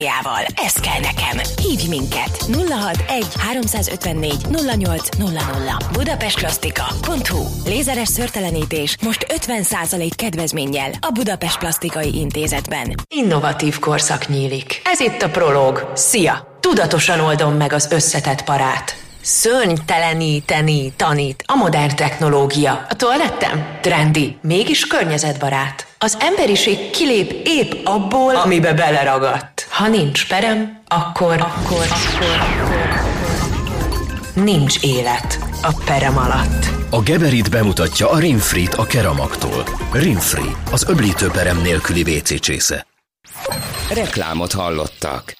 Ez kell nekem. Hívj minket 061 354 08 00. budapestplasztika.hu. Lézeres szőrtelenítés most 50% kedvezménnyel a Budapest Plasztikai Intézetben. Innovatív korszak nyílik. Ez itt a Prolog. Szia! Tudatosan oldom meg az összetett parát. Szörnyteleníteni tanít a modern technológia. A toalettem trendi, mégis környezetbarát. Az emberiség kilép épp abból, amibe beleragadt. Ha nincs perem, akkor nincs élet a perem alatt. A Geberit bemutatja a Rinfrit a Keramaktól. Rinfri, az öblítőperem nélküli WC csésze. Reklámot hallottak.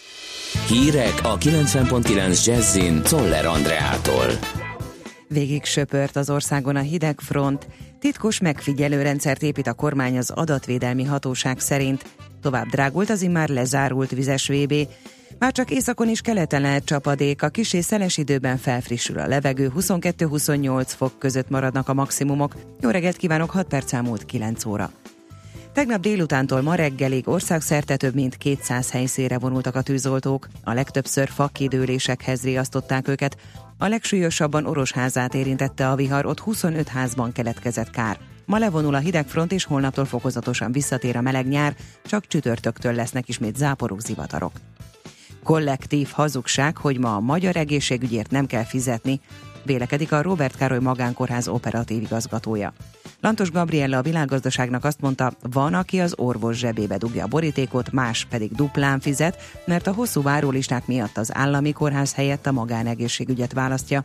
Hírek a 90.9 Jazzin Czoller Andreától. Végig söpört az országon a hideg front, titkos megfigyelőrendszert épít a kormány az adatvédelmi hatóság szerint. Tovább drágult az immár lezárult vizes VB. Már csak északon is keleten lehet csapadék, a kissé szeles időben felfrissül a levegő, 22-28 fok között maradnak a maximumok. Jó reggelt kívánok, 6 perc elmúlt 9 óra. Tegnap délutántól ma reggelig országszerte több mint 200 helyszínre vonultak a tűzoltók, a legtöbbször fakidőlésekhez riasztották őket, a legsúlyosabban Orosházát érintette a vihar, ott 25 házban keletkezett kár. Ma levonul a hidegfront, és holnaptól fokozatosan visszatér a meleg nyár, csak csütörtöktől lesznek ismét záporok, zivatarok. Kollektív hazugság, hogy ma a magyar egészségügyért nem kell fizetni, vélekedik a Róbert Károly Magánkórház operatív igazgatója. Lantos Gabriella a Világgazdaságnak azt mondta, van, aki az orvos zsebébe dugja a borítékot, más pedig duplán fizet, mert a hosszú várólisták miatt az állami kórház helyett a magánegészségügyet választja.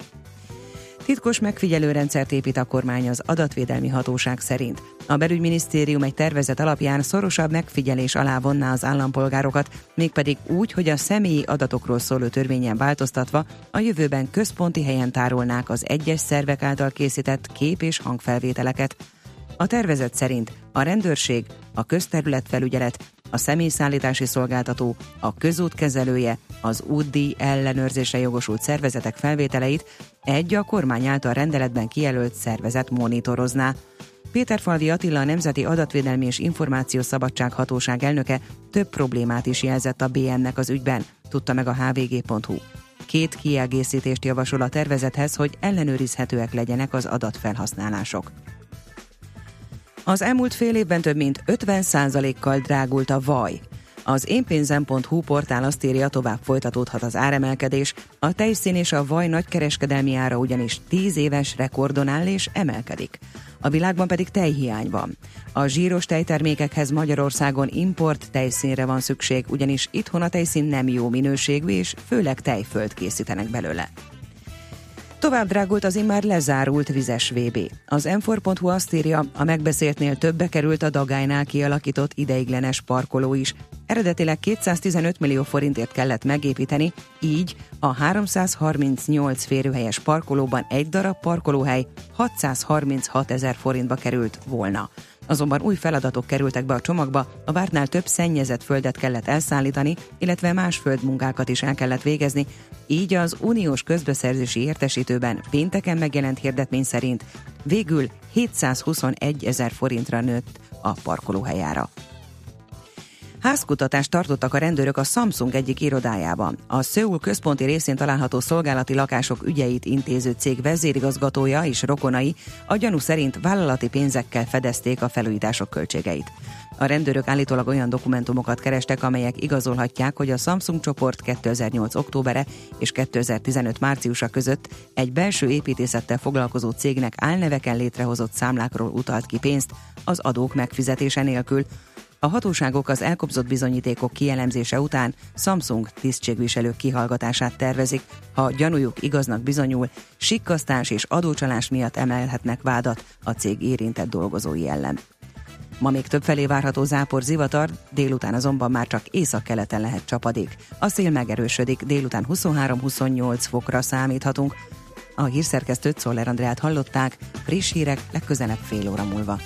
Titkos megfigyelőrendszert épít a kormány az adatvédelmi hatóság szerint. A belügyminisztérium egy tervezet alapján szorosabb megfigyelés alá vonná az állampolgárokat, mégpedig úgy, hogy a személyi adatokról szóló törvényen változtatva a jövőben központi helyen tárolnák az egyes szervek által készített kép- és hangfelvételeket. A tervezet szerint a rendőrség, a közterületfelügyelet, a személyszállítási szolgáltató, a közút kezelője, az útdíj ellenőrzésre jogosult szervezetek felvételeit egy a kormány által rendeletben kijelölt szervezet monitorozná. Péterfalvi Attila, a Nemzeti Adatvédelmi és Információszabadság Hatóság elnöke több problémát is jelzett a BN-nek az ügyben, tudta meg a hvg.hu. 2 kiegészítést javasol a tervezethez, hogy ellenőrizhetőek legyenek az adatfelhasználások. Az elmúlt fél évben több mint 50%-kal drágult a vaj. Az énpénzem.hu portál azt írja, tovább folytatódhat az áremelkedés, a tejszín és a vaj nagykereskedelmi ára ugyanis 10 éves rekordon áll és emelkedik. A világban pedig tejhiány van. A zsíros tejtermékekhez Magyarországon import tejszínre van szükség, ugyanis itthon a tejszín nem jó minőségű, és főleg tejföld készítenek belőle. Tovább drágult az immár lezárult vizes VB. Az m4.hu azt írja, a megbeszéltnél többe került a Dagálynál kialakított ideiglenes parkoló is. Eredetileg 215 millió forintért kellett megépíteni, így a 338 férőhelyes parkolóban egy darab parkolóhely 636 000 forintba került volna. Azonban új feladatok kerültek be a csomagba, a vártnál több szennyezett földet kellett elszállítani, illetve más földmunkákat is el kellett végezni, így az uniós közbeszerzési értesítőben pénteken megjelent hirdetmény szerint végül 721 000 forintra nőtt a parkolóhelyára. Házkutatást tartottak a rendőrök a Samsung egyik irodájában. A Szöul központi részén található szolgálati lakások ügyeit intéző cég vezérigazgatója és rokonai a gyanú szerint vállalati pénzekkel fedezték a felújítások költségeit. A rendőrök állítólag olyan dokumentumokat kerestek, amelyek igazolhatják, hogy a Samsung csoport 2008. októbere és 2015. márciusa között egy belső építészettel foglalkozó cégnek álneveken létrehozott számlákról utalt ki pénzt az adók megfizetése nélkül. A hatóságok az elkobzott bizonyítékok kielemzése után Samsung tisztségviselők kihallgatását tervezik. Ha gyanújuk igaznak bizonyul, sikkasztás és adócsalás miatt emelhetnek vádat a cég érintett dolgozói ellen. Ma még többfelé várható zápor, zivatar, délután azonban már csak északkeleten lehet csapadék. A szél megerősödik, délután 23-28 fokra számíthatunk. A hírszerkesztőt, Czoller Andreát hallották, friss hírek legközelebb fél óra múlva.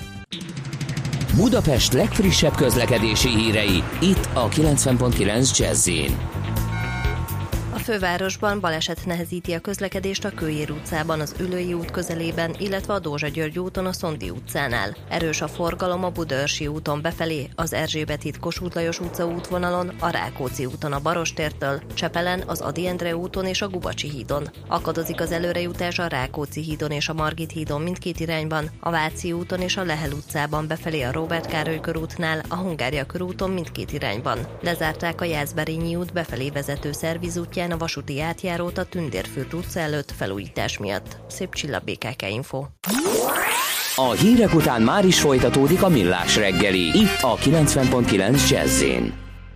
Budapest legfrissebb közlekedési hírei, itt a 90.9 Jazz-in. fővárosban baleset nehezíti a közlekedést a Kőér utcában, az Üllői út közelében, illetve a Dózsa-György úton a Szondi utcánál. Erős a forgalom a Budaörsi úton befelé, az Erzsébet híd Kossuth Lajos utca útvonalon, a Rákóczi úton a Barostértől, Csepelen, az Ady Endre úton és a Gubacsi hídon. Akadozik az előrejutás a Rákóczi hídon és a Margit hídon mindkét irányban, a Váci úton és a Lehel utcában befelé a Róbert Károly körútnál, a Hungária körúton mindkét irányban. Lezárták a Jászberényi út befelé vezető szervizútján a vasúti átjárót a Tündérfürt utca előtt felújítás miatt. Szép Csilla, BKK Info. A hírek után már is folytatódik a Millás reggeli, itt a 90.9 Jazz-in.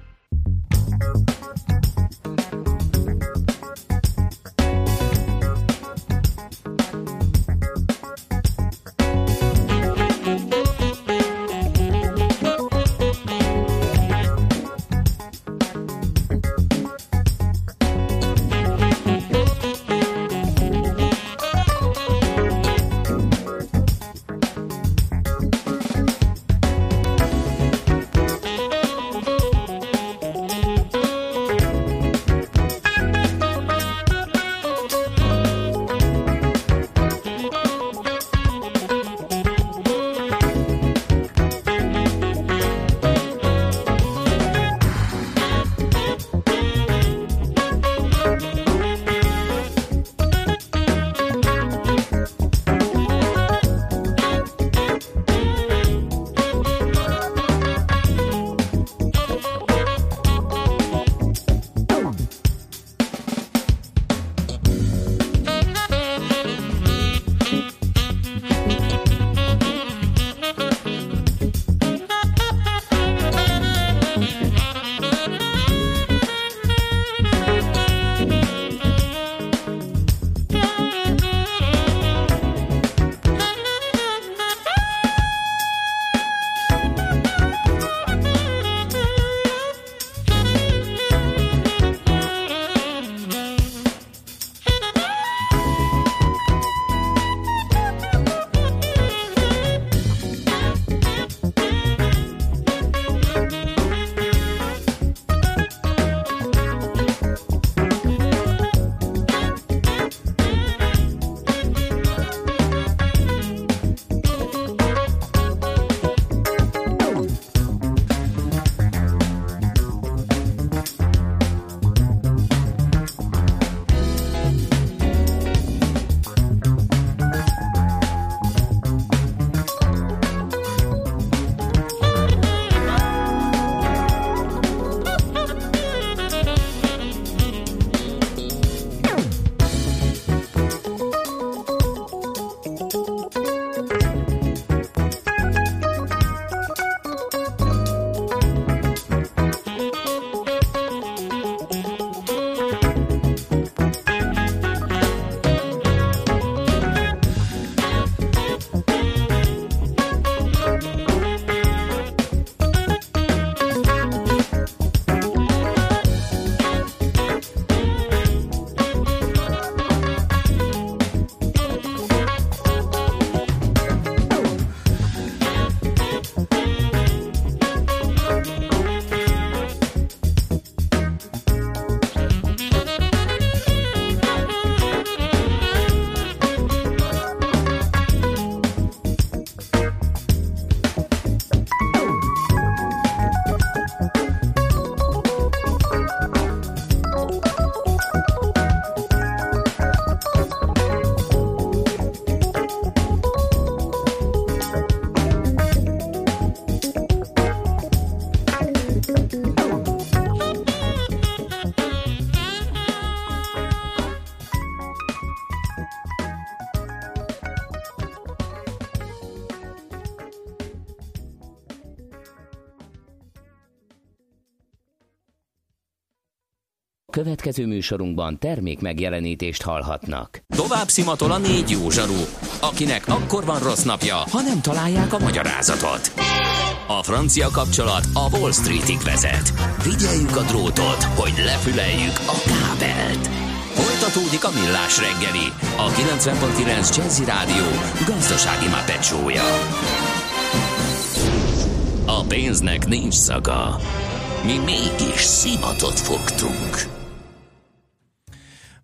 Következő műsorunkban termék megjelenítést hallhatnak. Tovább szimatol a 4 jó zsaru, akinek akkor van rossz napja, ha nem találják a magyarázatot. A francia kapcsolat a Wall Streetig vezet. Figyeljük a drótot, hogy lefüleljük a kábelt. Folytatódik a Millás reggeli, a 90.9 Jazzy Rádió gazdasági Muppet show-ja. A pénznek nincs szaga. Mi mégis szimatot fogtunk.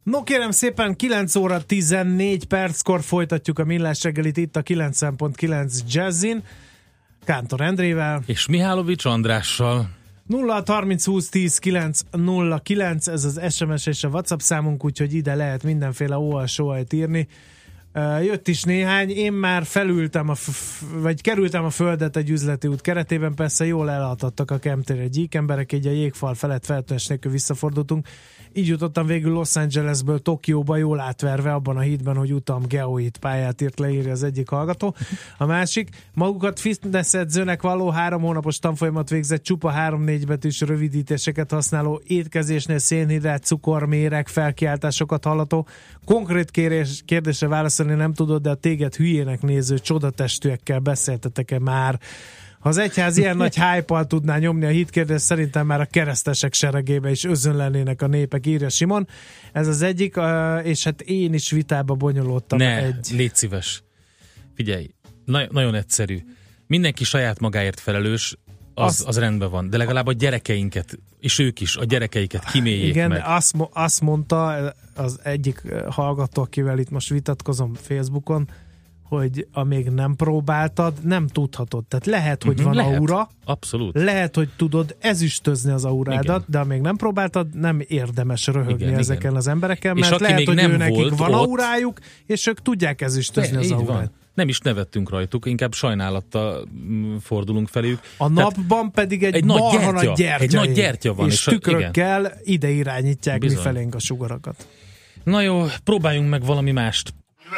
No kérem szépen, 9 óra 14 perckor folytatjuk a Millás reggelit itt a 90.9 Jazzin, Kántor Endrével. És Mihálovics Andrással. 0-30 20 10 909, ez az SMS és a WhatsApp számunk, úgyhogy ide lehet mindenféle óhaj-sóhajt írni. Jött is néhány, én már kerültem a földet egy üzleti út keretében, persze jól elhatottak a kemtére gyík emberek, így a jégfal felett feltűnés nélkül visszafordultunk. Így jutottam végül Los Angelesből Tokióba, jól átverve abban a hídben, hogy utam geoid pályát írt, leírja az egyik hallgató. A másik, magukat fitness edzőnek való 3 hónapos tanfolyamat végzett, csupa 3-4 betűs rövidítéseket használó étkezésnél szénhidrát, cukor, méreg, felkiáltásokat hallató. Konkrét kérdésre válaszolni nem tudod, de a téged hülyének néző csodatestűekkel beszéltetek-e már? Ha az egyház ilyen nagy hype-al tudná nyomni a hitkérdést, szerintem már a keresztesek seregébe is özönlenének a népek, írja Simon. Ez az egyik, és hát én is vitába bonyolódtam. Légy szíves. Figyelj, nagyon egyszerű. Mindenki saját magáért felelős, az rendben van, de legalább a gyerekeinket, és ők is a gyerekeiket kiméljék igen, meg. Azt mondta az egyik hallgató, akivel itt most vitatkozom Facebookon, hogy amíg nem próbáltad, nem tudhatod. Tehát lehet, hogy van aura. Abszolút. Lehet, hogy tudod ezüstözni az aurádat, igen. De amíg nem próbáltad, nem érdemes röhögni ezeken az embereken, mert lehet, hogy nekik van aurájuk, és ők tudják ezüstözni az aurát. Van. Nem is nevettünk rajtuk, inkább sajnálattal fordulunk felük. A napban pedig egy marha nagy gyertya. Egy nagy gyertya van. És tükrökkel ide irányítják mifelénk a sugarakat. Na jó, próbáljunk meg valami mást.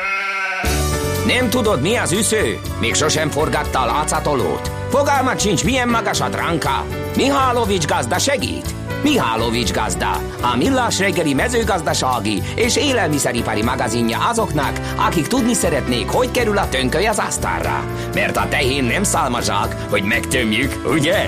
Nem tudod, mi az üsző? Még sosem forgatta a látszatolót? Fogalmat sincs, milyen magas a dránka? Mihálovics gazda segít? Mihálovics gazda, a millás reggeli mezőgazdasági és élelmiszeripari magazinja azoknak, akik tudni szeretnék, hogy kerül a tönköly az asztalra. Mert a tehén nem szálmazsák, hogy megtömjük, ugye?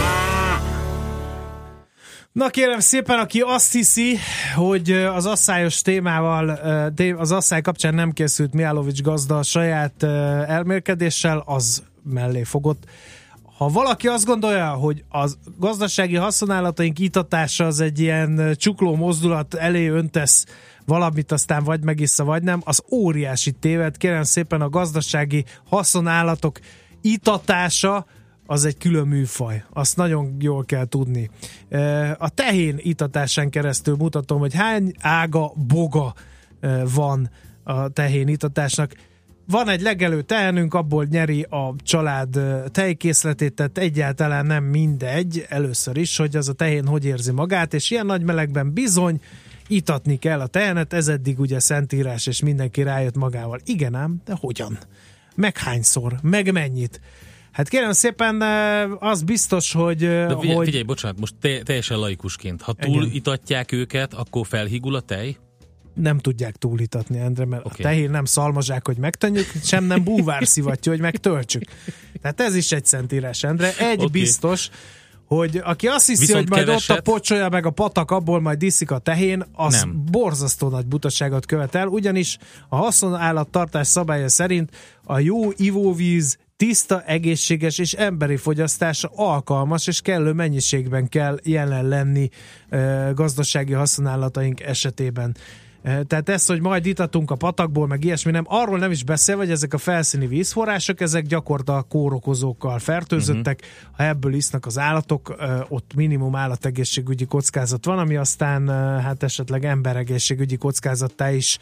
Na kérem szépen, aki azt hiszi, hogy az asszályos témával, az asszály kapcsán nem készült Mihálovics gazda a saját elmélkedéssel, az mellé fogott. Ha valaki azt gondolja, hogy a gazdasági haszonálataink itatása az egy ilyen csukló mozdulat, elé öntesz valamit, aztán vagy megissza, vagy nem, az óriási téved. Kérem szépen, a gazdasági haszonállatok itatása az egy külön műfaj. Azt nagyon jól kell tudni. A tehén itatásán keresztül mutatom, hogy hány ága, boga van a tehén itatásnak. Van egy legelő tehenünk, abból nyeri a család tejkészletét, tehát egyáltalán nem mindegy, először is, hogy az a tehén hogy érzi magát, és ilyen nagy melegben bizony itatni kell a tehenet, ez eddig ugye szentírás, és mindenki rájött magával. Igen ám, de hogyan? Meg hányszor? Meg mennyit? Hát kérem szépen, az biztos, hogy... De figyelj, bocsánat, most teljesen laikusként, ha túlitatják őket, akkor felhigul a tej? Nem tudják túlitatni, Endre, mert a tehén nem szalmazsák, hogy megtönjük, sem nem búvárszivattyú, hogy megtöltsük. Tehát ez is egy szentírás, Endre. Biztos, hogy aki azt hiszi, viszont hogy majd ott a pocsolya meg a patak, abból majd iszik a tehén, az nem. Borzasztó nagy butaságot követel, ugyanis a haszonállattartás szabálya szerint a jó ivóvíz tiszta, egészséges és emberi fogyasztásra alkalmas és kellő mennyiségben kell jelen lenni gazdasági haszonállataink esetében. Tehát ez, hogy majd itatunk a patakból, meg ilyesmi, nem, arról nem is beszél, hogy ezek a felszíni vízforrások, ezek gyakorta kórokozókkal fertőzöttek, ha ebből isznak az állatok, ott minimum állategészségügyi kockázat van, ami aztán hát esetleg emberegészségügyi kockázattá is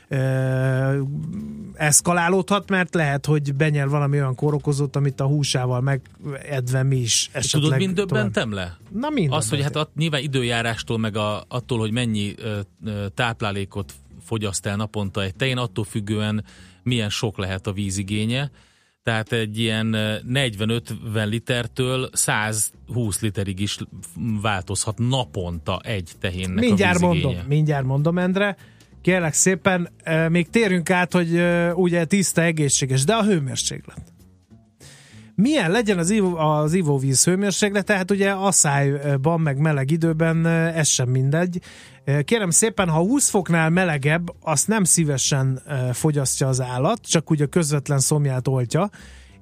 eszkalálódhat, mert lehet, hogy benyel valami olyan kórokozót, amit a húsával megedve mi is esetleg... Tudod, mind döbbentem le? Na mind. Azt, hogy hát nyilván időjárástól, meg attól, hogy mennyi táplálékot fogyaszt el naponta egy tején, attól függően milyen sok lehet a vízigénye. Tehát egy ilyen 40-50 litertől 120 literig is változhat naponta egy tehénnek a vízigénye. Mindjárt mondom, Endre. Kérlek szépen, még térjünk át, hogy ugye tiszta, egészséges, de a hőmérséklet. Milyen legyen az ivóvíz hőmérséklet, tehát ugye asszályban, meg meleg időben ez sem mindegy. Kérem szépen, ha 20 foknál melegebb, azt nem szívesen fogyasztja az állat, csak ugye közvetlen szomját oltja,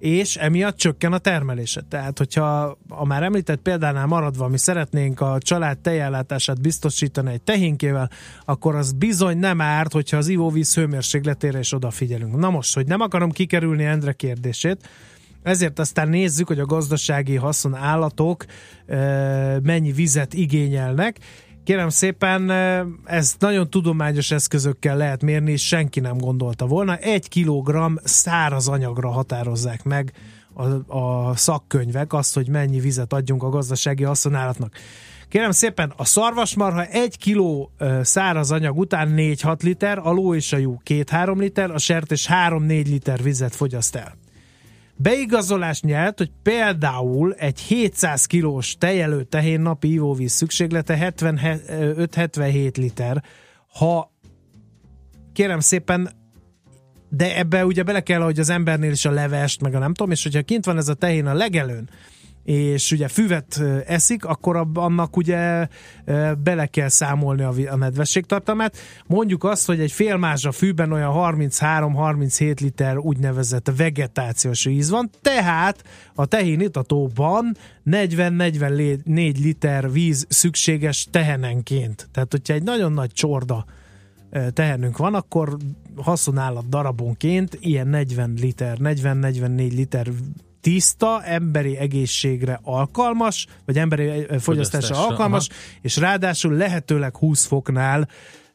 és emiatt csökken a termelése. Tehát, hogyha a már említett példánál maradva, mi szeretnénk a család tejellátását biztosítani egy tehénkével, akkor az bizony nem árt, hogyha az ivóvíz hőmérsékletére is odafigyelünk. Na most, hogy nem akarom kikerülni Endre kérdését, ezért aztán nézzük, hogy a gazdasági haszonállatok mennyi vizet igényelnek. Kérem szépen, ezt nagyon tudományos eszközökkel lehet mérni, és senki nem gondolta volna. 1 kilogramm száraz anyagra határozzák meg a szakkönyvek azt, hogy mennyi vizet adjunk a gazdasági haszonállatnak. Kérem szépen, a szarvasmarha 1 kiló száraz anyag után 4-6 liter, a ló és a juh 2-3 liter, a sertés 3-4 liter vizet fogyaszt el. Beigazolás nyert, hogy például egy 700 kilós tejelő tehén napi ivóvíz szükséglete 75-77 liter. Ha kérem szépen, de ebbe ugye bele kell, hogy az embernél is a levest, meg a nem tudom, és hogyha kint van ez a tehén a legelőn, és ugye füvet eszik, akkor annak ugye bele kell számolni a nedvességtartalmát. Mondjuk azt, hogy egy fél mázsa fűben olyan 33-37 liter úgynevezett vegetációs víz van, tehát a tehén itatóban 40-44 liter víz szükséges tehenenként. Tehát, hogyha egy nagyon nagy csorda tehenünk van, akkor haszonállat darabonként ilyen 40-44 liter tiszta, emberi egészségre alkalmas, vagy emberi fogyasztásra alkalmas, és ráadásul lehetőleg 20 foknál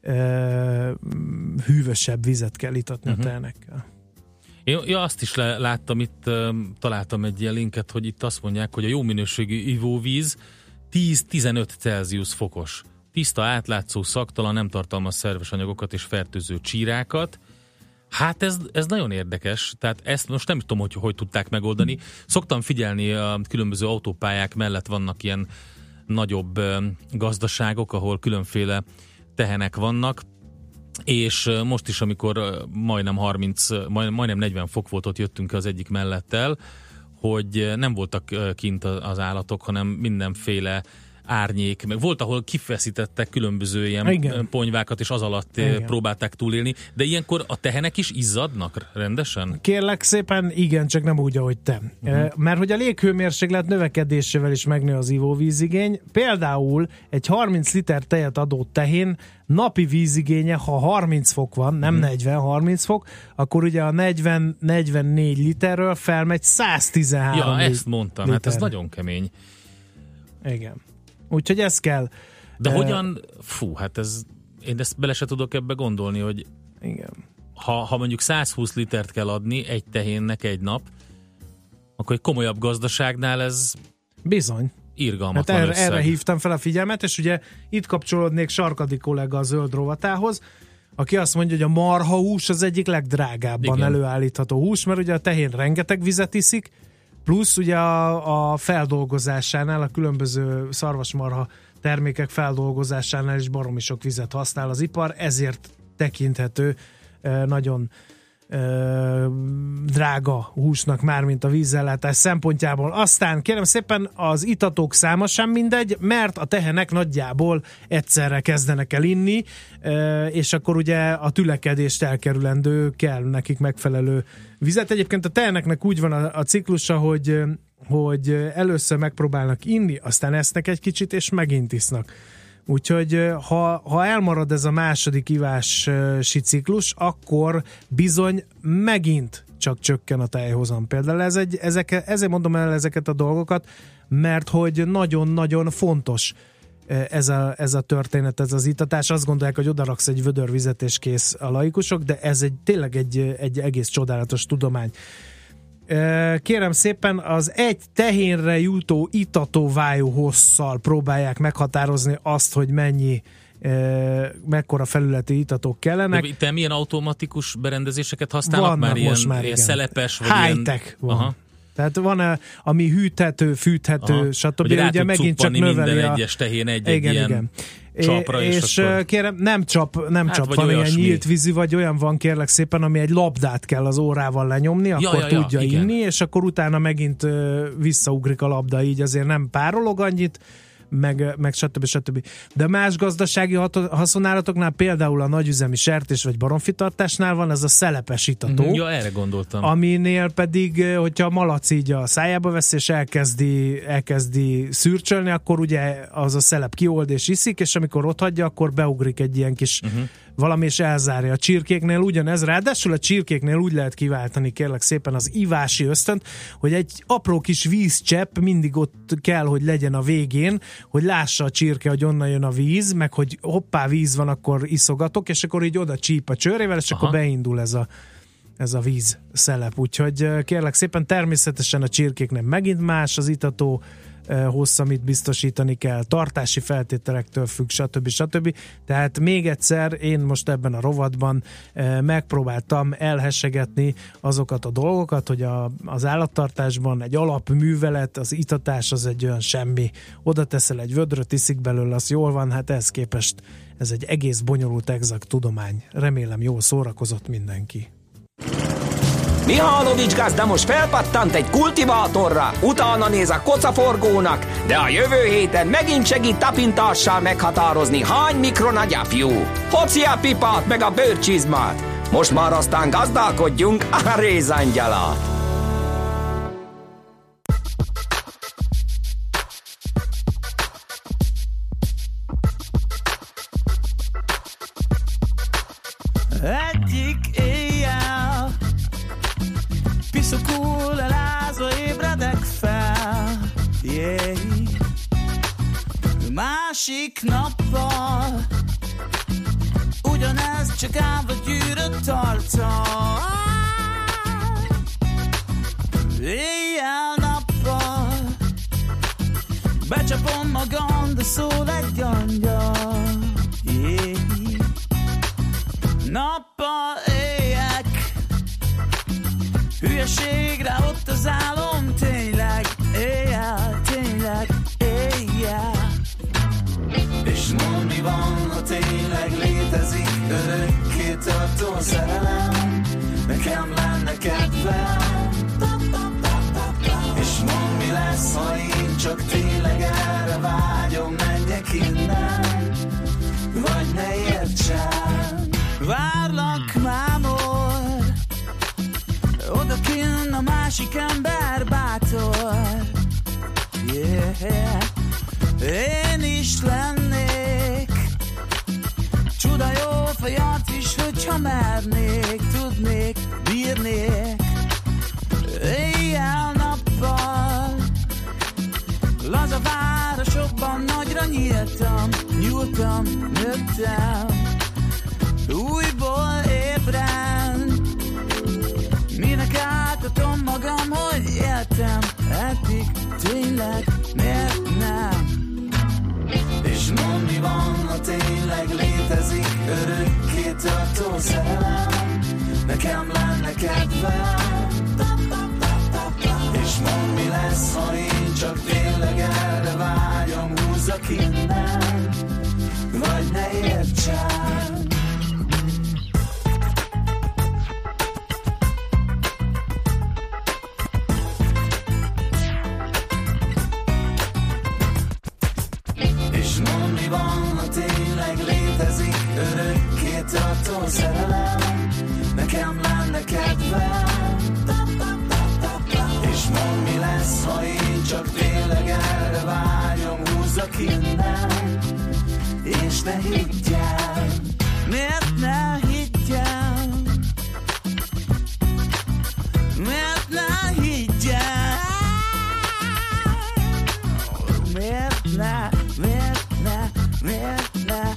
hűvösebb vizet kell itatni a tehenekkel. Én azt is láttam, itt találtam egy ilyen linket, hogy itt azt mondják, hogy a jó minőségű ivóvíz 10-15 Celsius fokos. Tiszta, átlátszó, szagtalan, nem tartalmaz szerves anyagokat és fertőző csírákat. Hát ez nagyon érdekes, tehát ezt most nem tudom, hogy tudták megoldani. Szoktam figyelni, a különböző autópályák mellett vannak ilyen nagyobb gazdaságok, ahol különféle tehenek vannak, és most is, amikor majdnem 40 fok volt, ott jöttünk az egyik mellettel, hogy nem voltak kint az állatok, hanem mindenféle árnyék, meg volt, ahol kifeszítettek különböző ilyen ponyvákat, és az alatt próbálták túlélni, de ilyenkor a tehenek is izzadnak rendesen? Kérlek szépen, igen, csak nem úgy, ahogy te. Mert hogy a léghőmérséklet növekedésével is megnő az ivóvízigény. Például egy 30 liter tejet adó tehén napi vízigénye, ha 30 fok van, nem 40-30 fok, akkor ugye a 40-44 literről felmegy 113 liter. Ja, ezt mondtam, hát ez nagyon kemény. Igen. Úgyhogy ez kell. De hogyan, én ezt bele se tudok ebbe gondolni, hogy igen. Ha mondjuk 120 litert kell adni egy tehénnek egy nap, akkor egy komolyabb gazdaságnál ez bizony irgalmatlan összeg. Erre hívtam fel a figyelmet, és ugye itt kapcsolódnék Sarkadi kollega a zöld rovatához, aki azt mondja, hogy a marhahús az egyik legdrágábban előállítható hús, mert ugye a tehén rengeteg vizet iszik, plusz ugye a feldolgozásánál, a különböző szarvasmarha termékek feldolgozásánál is baromi sok vizet használ az ipar, ezért tekinthető nagyon drága húsnak már, mint a vízellátás szempontjából. Aztán kérem szépen, az itatók száma sem mindegy, mert a tehenek nagyjából egyszerre kezdenek el inni, és akkor ugye a tülekedést elkerülendő kell nekik megfelelő vizet. Egyébként a teheneknek úgy van a ciklusa, hogy először megpróbálnak inni, aztán esznek egy kicsit, és megint isznak. Úgyhogy ha elmarad ez a második ivási ciklus, akkor bizony megint csak csökken a tejhozam. Például ezért mondom el ezeket a dolgokat, mert hogy nagyon-nagyon fontos ez a történet, ez az itatás. Azt gondolják, hogy odaraksz egy vödör vizet és kész a laikusok, de ez tényleg egy egész csodálatos tudomány. Kérem szépen, az egy tehénre jutó itatóvájú hosszal próbálják meghatározni azt, hogy mekkora felületi itatók kellenek. De te milyen automatikus berendezéseket használnak? Vannak már most ilyen szelepes? Vagy high-tech van. Aha. Tehát van, ami hűthető, fűthető, stb. Ugye megint csak növeli minden egyes tehén egy ilyen csapra, és akkor... kérem, nem csap, van ilyen nyílt vízű, vagy olyan van, kérlek szépen, ami egy labdát kell az órával lenyomni, akkor tudja inni, és akkor utána megint visszaugrik a labda, így azért nem párolog annyit, meg stb. De más gazdasági haszonállatoknál, például a nagyüzemi sertés vagy baromfitartásnál van ez a szelepes itató. Ja, erre gondoltam. Aminél pedig, hogyha a malac így a szájába vesz, és elkezdi szürcsölni, akkor ugye az a szelep kiold és iszik, és amikor ott hagyja, akkor beugrik egy ilyen kis valami, és elzárja. A csirkéknél ugyanez, ráadásul a csirkéknél úgy lehet kiváltani, kérlek szépen, az ivási ösztönt, hogy egy apró kis vízcsepp mindig ott kell, hogy legyen a végén, hogy lássa a csirke, hogy onnan jön a víz, meg hogy hoppá, víz van, akkor iszogatok, és akkor így oda csíp a csőrével, és akkor beindul ez a víz szelep. Úgyhogy kérlek szépen, természetesen a csirkéknek megint más az itató hossz, amit biztosítani kell, tartási feltételektől függ, stb. Tehát még egyszer, én most ebben a rovatban megpróbáltam elhessegetni azokat a dolgokat, hogy az állattartásban egy alapművelet, az itatás az egy olyan semmi. Oda teszel egy vödröt, iszik belőle, az jól van, hát ehhez képest ez egy egész bonyolult, exakt tudomány. Remélem jól szórakozott mindenki. Mihálovics gazda most felpattant egy kultivátorra, utána néz a kocaforgónak, de a jövő héten megint segít tapintással meghatározni, hány mikron a gyapjú. Hoci a pipát meg a bőrcsizmát. Most már aztán gazdálkodjunk a rézangyalát. Egyik éjjel piszokul elázva ébredek fel, yeah. Másik nappal ugyanez, csak állva gyűrött arccal. Éjjel-nappal becsapom magam, de szól egy angyal, yeah. Nappal éjek, hülyeségre ott az álom, tényleg, éjjel, tényleg, éjjel. És mondd, mi van, ha tényleg létezik örökké tartó szerelem, nekem lenne kedvem. És mondd, mi lesz, ha én csak tényleg erre vágyom, menjek innen, vagy ne értsen. Várlak mámor, odakinn a másik ember bátor, yeah. Én is lennék csuda jó fejat is, hogyha mernék, tudnék, bírnék. Éjjel-nappal laza városokban nagyra nyíltam, nőttem. Újból ébren, minek átadom magam, hogy éltem eddig, tényleg, miért nem? És mondd, mi van, ha tényleg létezik örökké tartó szerelem, nekem lenne kedvem. És mondd, mi lesz, ha én csak tényleg erre vágyom, húzzak innen, vagy ne értsen. Örökké tartó szerelem, nekem lenne kedvem. És mondd, mi lesz, ha én csak tényleg erre vágyom, húzzak innen, és ne higgyem. Miért ne higgyem? Miért ne higgyem? Miért ne, miért ne, miért ne?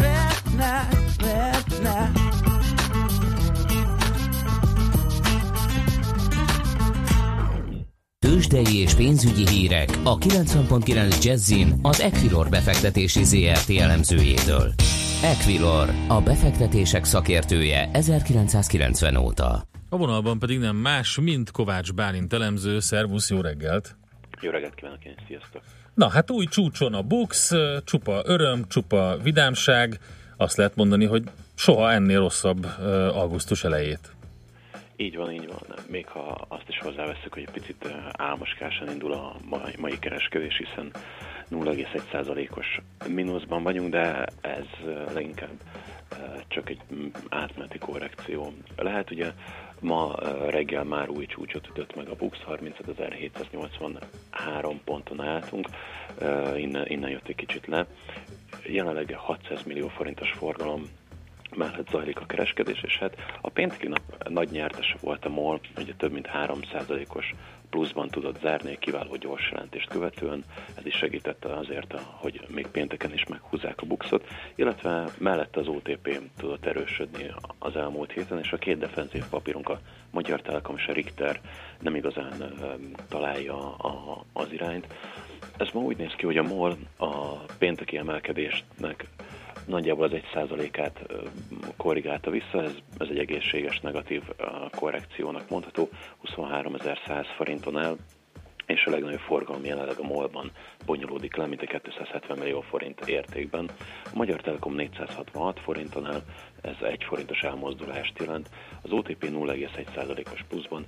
Tőzsdei és pénzügyi hírek a 90.9 Jazzin az Equilor befektetési ZRT elemzőjétől. Equilor, a befektetések szakértője 1990 óta. A vonalban pedig nem más, mint Kovács Bálint elemző. Szervusz, jó reggelt! Jó reggelt kívánok én, sziasztok! Na hát új csúcson a BUX, csupa öröm, csupa vidámság. Azt lehet mondani, hogy soha ennél rosszabb augusztus elejét. Így van. Még ha azt is hozzáveszünk, hogy egy picit álmoskásan indul a mai kereskedés, hiszen 0,1%-os mínuszban vagyunk, de ez leginkább csak egy átmeneti korrekció. Lehet ugye ma reggel már új csúcsot ütött meg a BUX, 35.783 ponton álltunk, innen jött egy kicsit le. Jelenleg 600 millió forintos forgalom mellett zajlik a kereskedés, és hát a pénteki nap nagy nyertes volt a MOL, ugye több mint 3%-os pluszban tudott zárni egy kiváló gyors jelentést követően, ez is segítette azért, hogy még pénteken is meghúzzák a BUX-ot, illetve mellette az OTP tudott erősödni az elmúlt héten, és a két defenzív papírunk, a Magyar Telekom és a Richter nem igazán találja az irányt. Ez ma úgy néz ki, hogy a MOL a pénteki emelkedésnek nagyjából az 1%-át korrigálta vissza, ez egy egészséges negatív korrekciónak mondható, 23.100 forinton áll, és a legnagyobb forgalom jelenleg a MOL-ban bonyolódik le, mint egy 270 millió forint értékben. A Magyar Telekom 466 forinton áll, ez 1 forintos elmozdulást jelent, az OTP 0,1%-os pluszban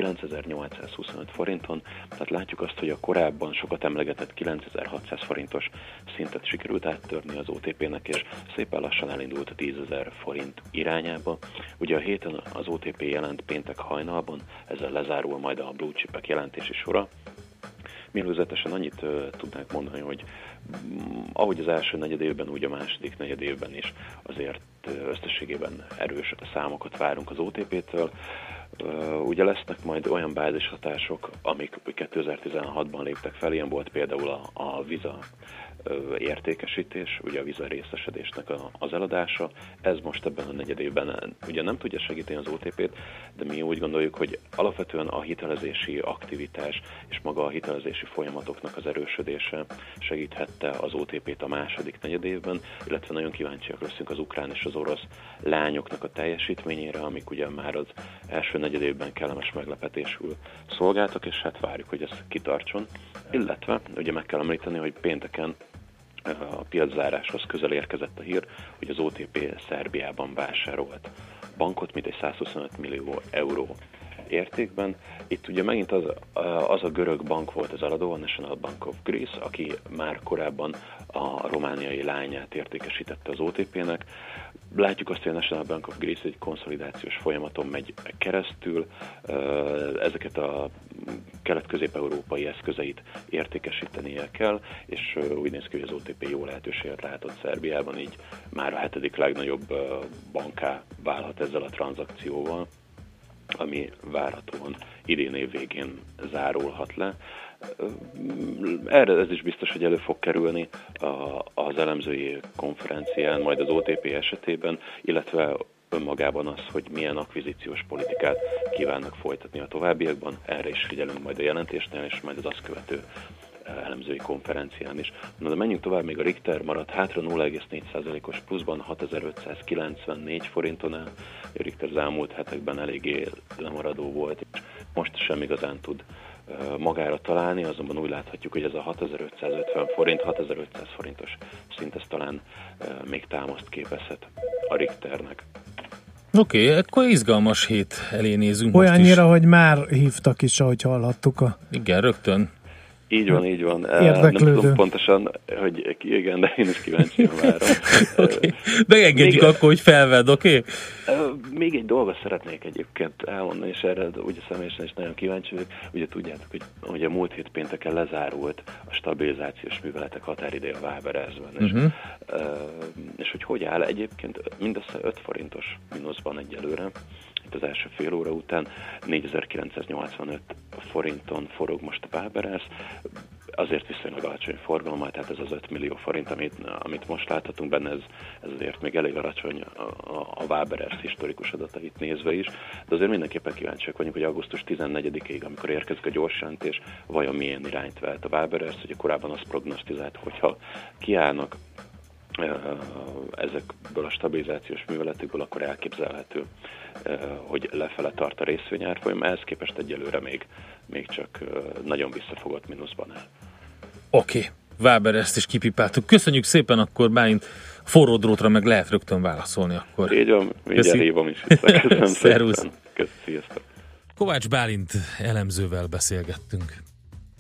9825 forinton, tehát látjuk azt, hogy a korábban sokat emlegetett 9600 forintos szintet sikerült áttörni az OTP-nek, és szépen lassan elindult a 10.000 forint irányába. Ugye a héten az OTP jelent péntek hajnalban, ezzel lezárul majd a blue chipek jelentési sora. Mielőzetesen annyit tudnánk mondani, hogy ahogy az első negyedévben, úgy a második negyedévben is azért összességében erős számokat várunk az OTP-től. Ugye lesznek majd olyan bázishatások, amik 2016-ban léptek fel, ilyen volt például a Visa értékesítés, ugye a Visa részesedésnek az eladása. Ez most ebben a negyedévben ugye nem tudja segíteni az OTP-t, de mi úgy gondoljuk, hogy alapvetően a hitelezési aktivitás és maga a hitelezési folyamatoknak az erősödése segíthette az OTP-t a második negyedévben, illetve nagyon kíváncsiak leszünk az ukrán és az orosz lányoknak a teljesítményére, amik ugye már az első negyedévben kellemes meglepetésül szolgáltak, és hát várjuk, hogy ez kitartson. Illetve ugye meg kell említeni, hogy pénteken a piaczáráshoz közel érkezett a hír, hogy az OTP Szerbiában vásárolt bankot, mint egy 125 millió euró értékben. Itt ugye megint az a görög bank volt az eladó, a National Bank of Greece, aki már korábban a romániai lányát értékesítette az OTP-nek. Látjuk azt, hogy a National Bank of Greece egy konszolidációs folyamaton megy keresztül, ezeket a kelet-közép-európai eszközeit értékesítenie kell, és úgy néz ki, hogy az OTP jó lehetőséget látott Szerbiában, így már a 7. legnagyobb banká válhat ezzel a tranzakcióval, ami várhatóan idén év végén zárulhat le. Erre ez is biztos, hogy elő fog kerülni az elemzői konferencián, majd az OTP esetében, illetve önmagában az, hogy milyen akvizíciós politikát kívánnak folytatni a továbbiakban. Erre is figyelünk majd a jelentésnél, és majd az azt követő elemzői konferencián is. Na de menjünk tovább, még a Richter maradt hátra 0,4%-os pluszban 6594 forinton áll. A Richter az elmúlt hetekben eléggé lemaradó volt, és most sem igazán tud magára találni, azonban úgy láthatjuk, hogy ez a 6550 forint, 6500 forintos szint, ez talán még támaszt képezhet a Richternek. Oké, akkor izgalmas hét elé nézünk. Olyannyira, hogy már hívtak is, ahogy hallhattuk. Igen, rögtön. Így van. Nem tudom pontosan, hogy ki, igen, de én is kíváncsian várom. Okay. Megengedjük akkor, hogy felvedd, oké? Még egy dolgot szeretnék egyébként elmondani, és erre ugye személyesen is nagyon kíváncsi vagyok. Ugye tudjátok, hogy a múlt hét pénteken lezárult a stabilizációs műveletek határideje a Waberers-ben. És hogy áll egyébként mindössze 5 forintos mínuszban egyelőre. Itt az első fél óra után 4985 forinton forog most a Waberers, azért viszonylag alacsony forgalommal, tehát ez az 5 millió forint, amit most láthatunk benne, ez azért még elég alacsony a Waberers historikus adatait nézve is, de azért mindenképpen kíváncsiak vagyunk, hogy augusztus 14-ig, amikor érkezik a gyors jelentés, vajon milyen irányt vált a Waberers, ugye korábban azt prognosztizált, hogyha kiállnak ezekből a stabilizációs műveletekből, akkor elképzelhető, hogy lefele tart a részvényárfolyam, ehhez képest egyelőre még csak nagyon visszafogott mínuszban áll. Oké, Waberers-t is kipipáltuk. Köszönjük szépen, akkor Bálint forró drótra meg lehet rögtön válaszolni akkor. Így van, mindjárt hívom is vissza. Köszönöm szépen. Sziasztok. Kovács Bálint elemzővel beszélgettünk.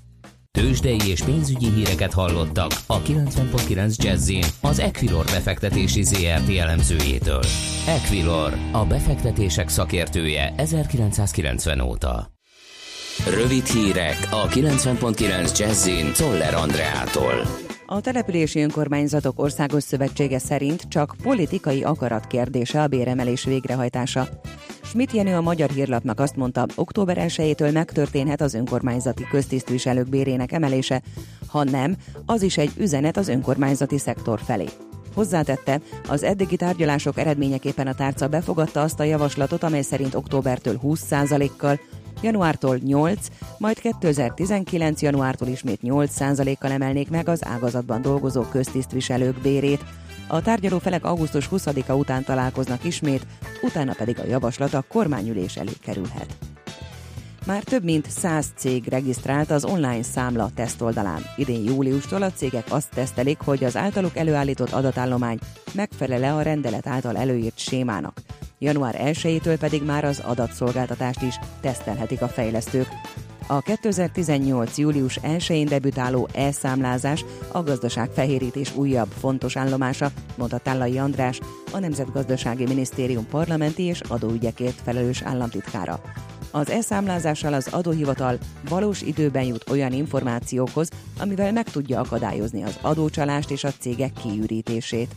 Tőzsdei és pénzügyi híreket hallottak a 90.9 Jazz-in az Equilor befektetési ZRT elemzőjétől. Equilor, a befektetések szakértője 1990 óta. Rövid hírek a 90.9 Jazz-in Czoller Andreától. A Települési Önkormányzatok Országos Szövetsége szerint csak politikai akarat kérdése a béremelés végrehajtása. Schmidt Jenő a Magyar Hírlapnak azt mondta, október 1-től megtörténhet az önkormányzati köztisztviselők bérének emelése, ha nem, az is egy üzenet az önkormányzati szektor felé. Hozzátette, az eddigi tárgyalások eredményeképpen a tárca befogadta azt a javaslatot, amely szerint októbertől 20%-kal, januártól 8, majd 2019. januártól ismét 8%-kal emelnék meg az ágazatban dolgozó köztisztviselők bérét. A tárgyaló felek augusztus 20-a után találkoznak ismét, utána pedig a javaslat a kormányülés elé kerülhet. Már több mint 100 cég regisztrált az online számla tesztoldalán. Idén júliustól a cégek azt tesztelik, hogy az általuk előállított adatállomány megfelel-e a rendelet által előírt sémának. Január 1-től pedig már az adatszolgáltatást is tesztelhetik a fejlesztők. A 2018. július 1-én debütáló e-számlázás a gazdaságfehérítés újabb fontos állomása, mondta Tállai András, a Nemzetgazdasági Minisztérium parlamenti és adóügyekért felelős államtitkára. Az e-számlázással az adóhivatal valós időben jut olyan információkhoz, amivel meg tudja akadályozni az adócsalást és a cégek kiürítését.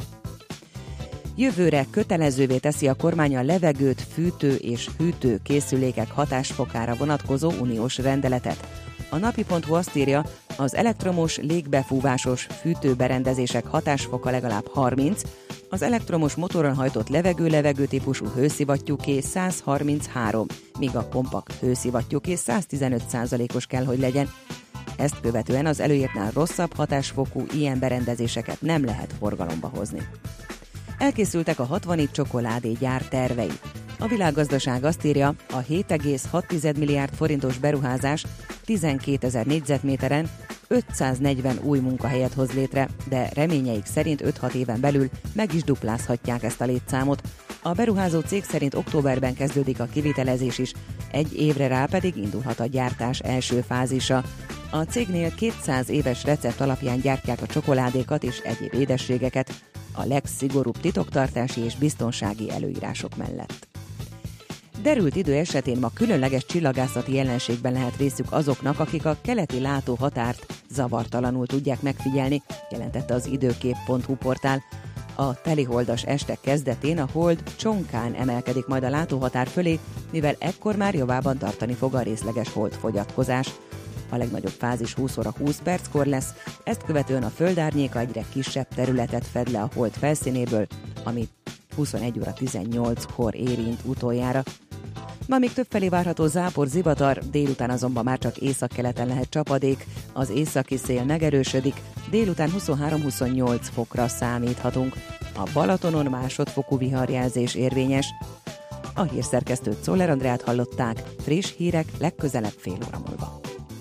Jövőre kötelezővé teszi a kormány a levegőt fűtő és hűtő készülékek hatásfokára vonatkozó uniós rendeletet. A napi.hu azt írja, az elektromos légbefúvásos fűtőberendezések hatásfoka legalább 30, az elektromos motoron hajtott levegő típusú hőszivattyúké 133, míg a kompakt hőszivattyúké 115%-os kell, hogy legyen. Ezt követően az előírtnál rosszabb hatásfokú ilyen berendezéseket nem lehet forgalomba hozni. Elkészültek a 60 csokoládégyár tervei. A Világgazdaság azt írja, a 7,6 milliárd forintos beruházás 12 000 négyzetméteren 540 új munkahelyet hoz létre, de reményeik szerint 5-6 éven belül meg is duplázhatják ezt a létszámot. A beruházó cég szerint októberben kezdődik a kivitelezés is, egy évre rá pedig indulhat a gyártás első fázisa. A cégnél 200 éves recept alapján gyártják a csokoládékat és egyéb édességeket, a legszigorúbb titoktartási és biztonsági előírások mellett. Derült idő esetén ma különleges csillagászati jelenségben lehet részük azoknak, akik a keleti látóhatárt zavartalanul tudják megfigyelni, jelentette az időkép.hu portál. A teliholdas este kezdetén a hold csonkán emelkedik majd a látóhatár fölé, mivel ekkor már javában tartani fog a részleges holdfogyatkozás. A legnagyobb fázis 20 óra 20 perckor lesz, ezt követően a földárnyéka egyre kisebb területet fed le a hold felszínéből, ami 21 óra 18-kor érint utoljára. Ma még többfelé várható zápor, zivatar, délután azonban már csak északkeleten lehet csapadék, az északi szél megerősödik, délután 23-28 fokra számíthatunk. A Balatonon másodfokú viharjelzés érvényes. A hírszerkesztőt, Czoller Andreát hallották, friss hírek legközelebb fél óra múlva.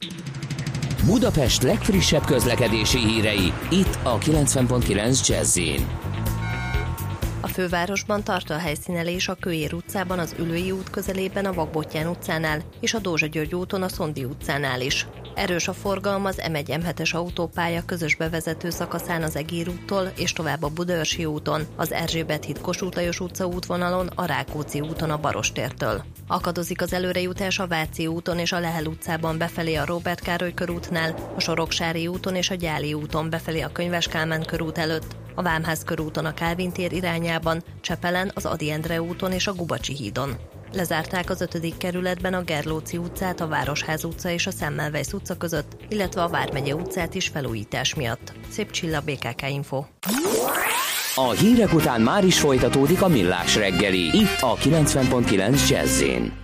Budapest legfrissebb közlekedési hírei, itt a 90.9 Jazz-in. A fővárosban tart a helyszínelés a Kőér utcában, az Üllői út közelében, a Vakbottyán utcánál és a Dózsa György úton a Szondi utcánál is. Erős a forgalom az M1-M7-es autópálya közös bevezető szakaszán az Egér úttól és tovább a Budaörsi úton, az Erzsébet híd Kossuth Lajos utca útvonalon, a Rákóczi úton a Barostértől. Akadozik az előrejutás a Váci úton és a Lehel utcában befelé a Róbert Károly körútnál, a Soroksári úton és a Gyáli úton befelé a Könyves Kálmán körút előtt, a Vámház körúton a Kálvin tér irányában, Csepelen az Ady Endre úton és a Gubacsi hídon. Lezárták az 5. kerületben a Gerlóci utcát, a Városház utca és a Semmelweis utca között, illetve a Vármegye utcát is felújítás miatt. Szép Csilla, BKK Info. A hírek után már is folytatódik a Millás reggeli, itt a 90.9 Jazz-in.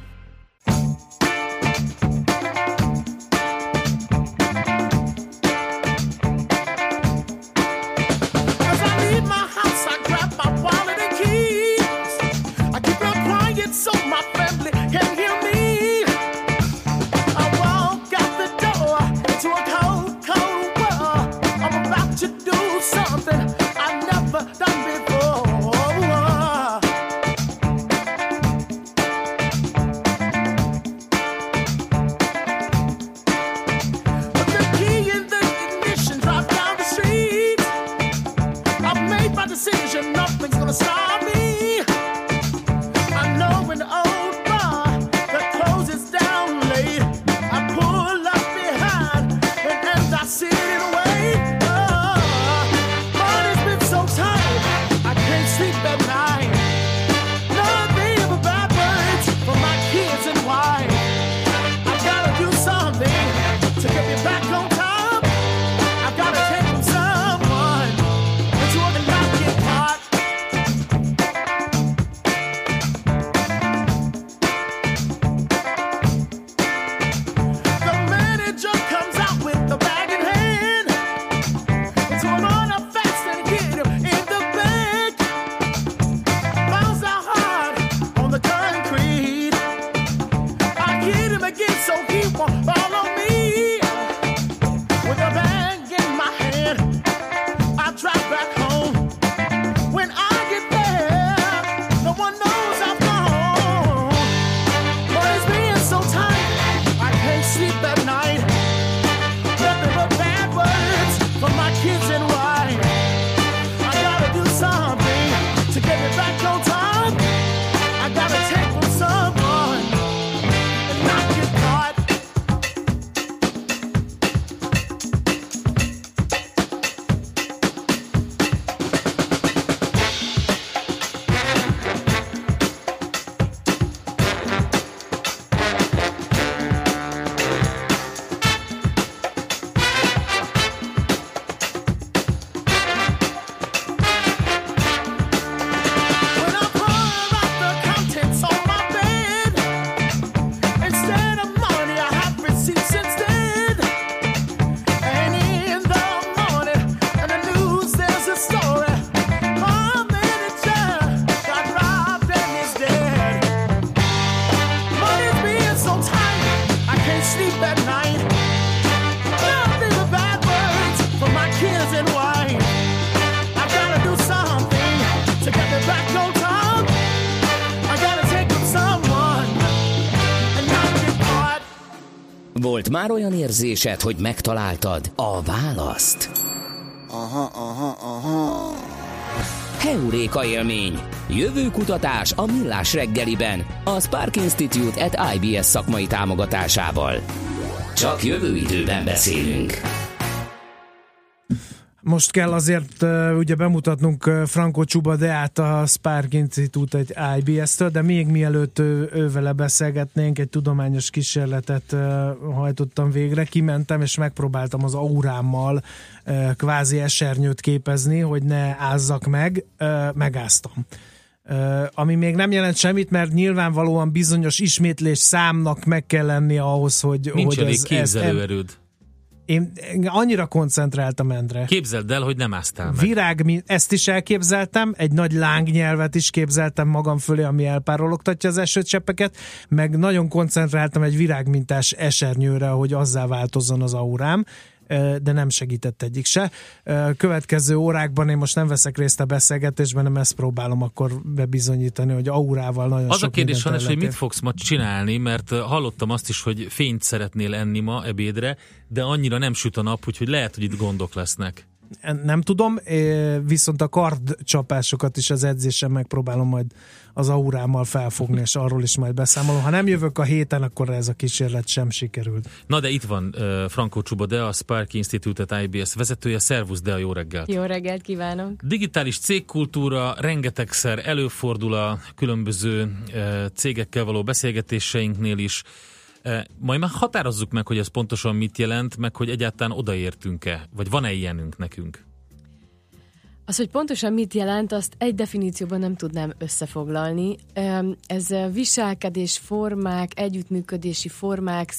and nothing's gonna stop me. I know when the old bar that closes down late, I pull up behind and as I sit and wait, money's been so tight, I can't sleep at night. Nothing but bad words for my kids and wife. I gotta do something to get me back on top. I've gotta take from someone that's who can not get caught. The manager comes out with the bag in hand. It's one on a fast and get him in the bag. Miles out hard on the concrete. I hit him again so he won't follow me. With a bag in my hand, I drive back home. When I get there, no one knows I've gone. But it's being so tight, I can't sleep at night. Nothing but bad words from my kids and wife. I gotta do something to get me back on top. I gotta take from someone and not get caught. When I pour out the contents on my bed, instead of money I have receipts instead. And in the morning, in the news there's a story. My manager got robbed and is dead. Money's being so tight, I can't sleep at night. Nothing but bad words for my kids and wife. I gotta do something to get me back on top. I gotta take from someone and not get caught. Volt már olyan érzésed, hogy megtaláltad a választ? Heuréka élmény. Jövőkutatás a Millás reggeliben. A Spark Institute at IBS szakmai támogatásával. Csak jövő időben beszélünk. Most kell azért ugye bemutatnunk Franco Csuba Deát, a Spark Institute egy IBS-től, de még mielőtt ővele beszélgetnénk, egy tudományos kísérletet hajtottam végre. Kimentem és megpróbáltam az aurámmal kvázi esernyőt képezni, hogy ne ázzak meg. Megáztam. Ami még nem jelent semmit, mert nyilvánvalóan bizonyos ismétlés számnak meg kell lennie ahhoz, hogy... Nincs hogy elég képzelőerőd. Én annyira koncentráltam, Endre. Képzeld el, hogy nem áztál meg. Ezt is elképzeltem, egy nagy lángnyelvet is képzeltem magam fölé, ami elpárologtatja az esőcseppeket, meg nagyon koncentráltam egy virágmintás esernyőre, hogy azzá változzon az aurám, de nem segített egyik se. Következő órákban én most nem veszek részt a beszélgetésben, nem ezt próbálom akkor bebizonyítani, hogy aurával nagyon az sok a kérdés, Hannes, hogy mit fogsz ma csinálni, mert hallottam azt is, hogy fényt szeretnél enni ma ebédre, de annyira nem süt a nap, úgyhogy lehet, hogy itt gondok lesznek. Nem tudom, viszont a kardcsapásokat is az edzésen megpróbálom majd az aurámmal felfogni, és arról is majd beszámolom. Ha nem jövök a héten, akkor ez a kísérlet sem sikerült. Na de itt van Franco Csuba Dea, a Spark Institute at IBS vezetője. Szervusz, Dea, jó reggelt! Jó reggelt kívánok! Digitális cégkultúra rengetegszer előfordul a különböző cégekkel való beszélgetéseinknél is. Majd már határozzuk meg, hogy ez pontosan mit jelent, meg hogy egyáltalán odaértünk-e, vagy van-e ilyenünk nekünk? Az, hogy pontosan mit jelent, azt egy definícióban nem tudnám összefoglalni. Ez viselkedés formák, együttműködési formák,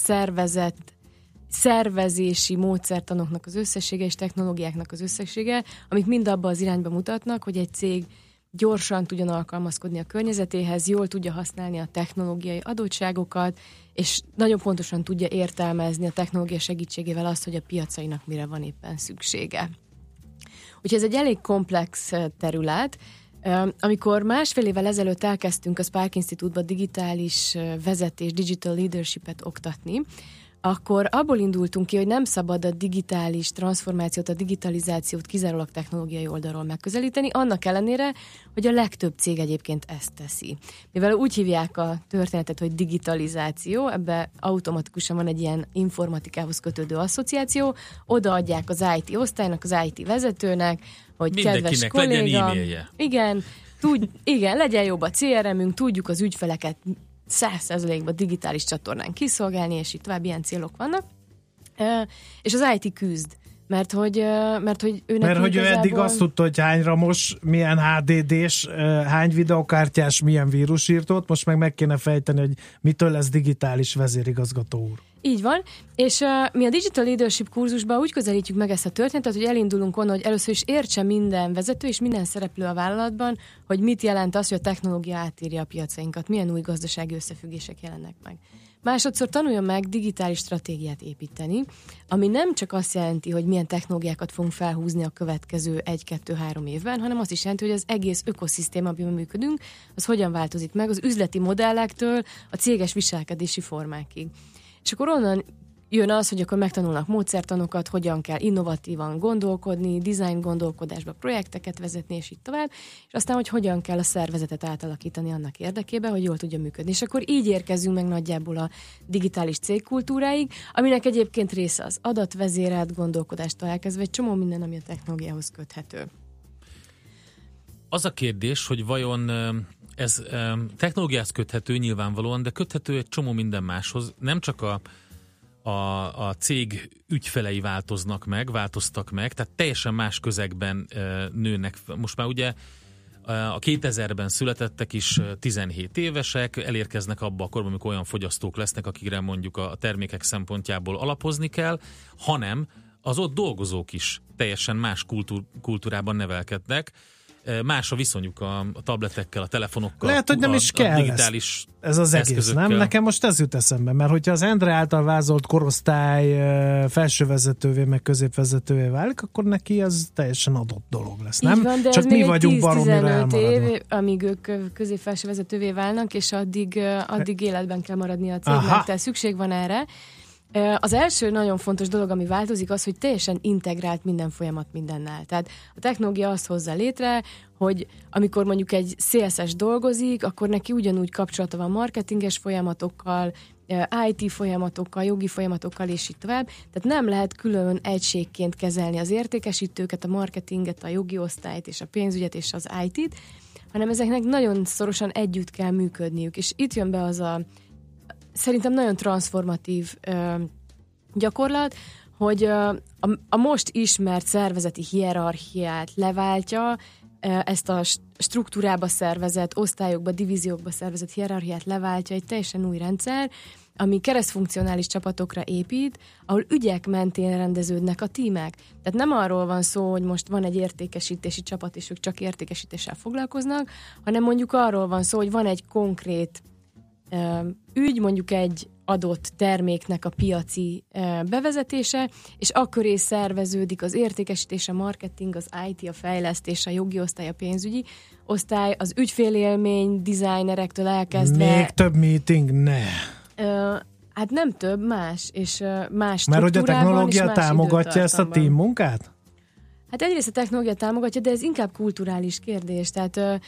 szervezési módszertanoknak az összessége és technológiáknak az összessége, amik mind abba az irányba mutatnak, hogy egy cég gyorsan tudjon alkalmazkodni a környezetéhez, jól tudja használni a technológiai adottságokat, és nagyon pontosan tudja értelmezni a technológia segítségével azt, hogy a piacainak mire van éppen szüksége. Úgyhogy ez egy elég komplex terület. Amikor másfél évvel ezelőtt elkezdtünk a Spark Institute-ba digitális vezetés, digital leadership-et oktatni, akkor abból indultunk ki, hogy nem szabad a digitális transformációt, a digitalizációt kizárólag technológiai oldalról megközelíteni, annak ellenére, hogy a legtöbb cég egyébként ezt teszi. Mivel úgy hívják a történetet, hogy digitalizáció, ebbe automatikusan van egy ilyen informatikához kötődő asszociáció, odaadják az IT osztálynak, az IT vezetőnek, hogy kedves kolléga, legyen e-mailje. Igen, legyen jobb a CRM-ünk, tudjuk az ügyfeleket 100%-ban digitális csatornán kiszolgálni, és itt tovább ilyen célok vannak. És az IT küzd, mert hogy ő eddig azt tudta, hogy hány ramos, milyen HDD-s, hány videokártyás, milyen vírusírtót, most meg kéne fejteni, hogy mitől lesz digitális vezérigazgató úr. Így van, és mi a Digital Leadership kurzusban úgy közelítjük meg ezt a történetet, hogy elindulunk onnan, hogy először is értse minden vezető és minden szereplő a vállalatban, hogy mit jelent az, hogy a technológia átírja a piacainkat, milyen új gazdasági összefüggések jelennek meg. Másodszor tanuljon meg digitális stratégiát építeni, ami nem csak azt jelenti, hogy milyen technológiákat fogunk felhúzni a következő 1-2-3 évben, hanem azt is jelenti, hogy az egész ökoszisztéma, amiben működünk, az hogyan változik meg az üzleti modellektől a céges viselkedési formákig. És akkor onnan jön az, hogy akkor megtanulnak módszertanokat, hogyan kell innovatívan gondolkodni, design gondolkodásba projekteket vezetni, és így tovább, és aztán, hogy hogyan kell a szervezetet átalakítani annak érdekében, hogy jól tudja működni. És akkor így érkezünk meg nagyjából a digitális cégkultúráig, aminek egyébként része az adatvezérelt gondolkodástól elkezdve egy csomó minden, ami a technológiához köthető. Az a kérdés, hogy vajon ez technológiához köthető nyilvánvalóan, de köthető egy csomó minden máshoz. Nem csak a cég ügyfelei változtak meg, tehát teljesen más közegben nőnek. Most már ugye a 2000-ben születettek is 17 évesek, elérkeznek abba a korban, amikor olyan fogyasztók lesznek, akikre mondjuk a termékek szempontjából alapozni kell, hanem az ott dolgozók is teljesen más kultúrában nevelkednek. Más a viszonyuk a tabletekkel, a telefonokkal. Lehet, hogy nem is kell digitális ez az egész, eszközökkel. Nem? Nekem most ez jut eszembe, mert hogyha az Endre által vázolt korosztály felsővezetővé, meg középvezetővé válik, akkor neki ez teljesen adott dolog lesz, nem? Van, de csak mi vagyunk baromira elmaradva. Év, amíg ők középfelsővezetővé válnak, és addig életben kell maradni a cégnek, tehát szükség van erre. Az első nagyon fontos dolog, ami változik, az, hogy teljesen integrált minden folyamat mindennel. Tehát a technológia azt hozza létre, hogy amikor mondjuk egy CSS dolgozik, akkor neki ugyanúgy kapcsolata van marketinges folyamatokkal, IT folyamatokkal, jogi folyamatokkal, és így tovább. Tehát nem lehet külön egységként kezelni az értékesítőket, a marketinget, a jogi osztályt, és a pénzügyet, és az IT-t, hanem ezeknek nagyon szorosan együtt kell működniük. És itt jön be az a szerintem nagyon transformatív gyakorlat, hogy a most ismert szervezeti hierarchiát leváltja, ezt a struktúrába szervezett, osztályokba, divíziókba szervezett hierarchiát leváltja egy teljesen új rendszer, ami keresztfunkcionális csapatokra épít, ahol ügyek mentén rendeződnek a tímek. Tehát nem arról van szó, hogy most van egy értékesítési csapat, és ők csak értékesítéssel foglalkoznak, hanem mondjuk arról van szó, hogy van egy konkrét ügy, mondjuk egy adott terméknek a piaci bevezetése, és akköré szerveződik az értékesítés, a marketing, az IT, a fejlesztés, a jogi osztály, a pénzügyi osztály, az ügyfélélmény, designerektől elkezdve. Még több meeting, ne! Hát nem több, más, és más mert hogy a technológia más támogatja ezt a team munkát? Hát egyrészt a technológia támogatja, de ez inkább kulturális kérdés. Tehát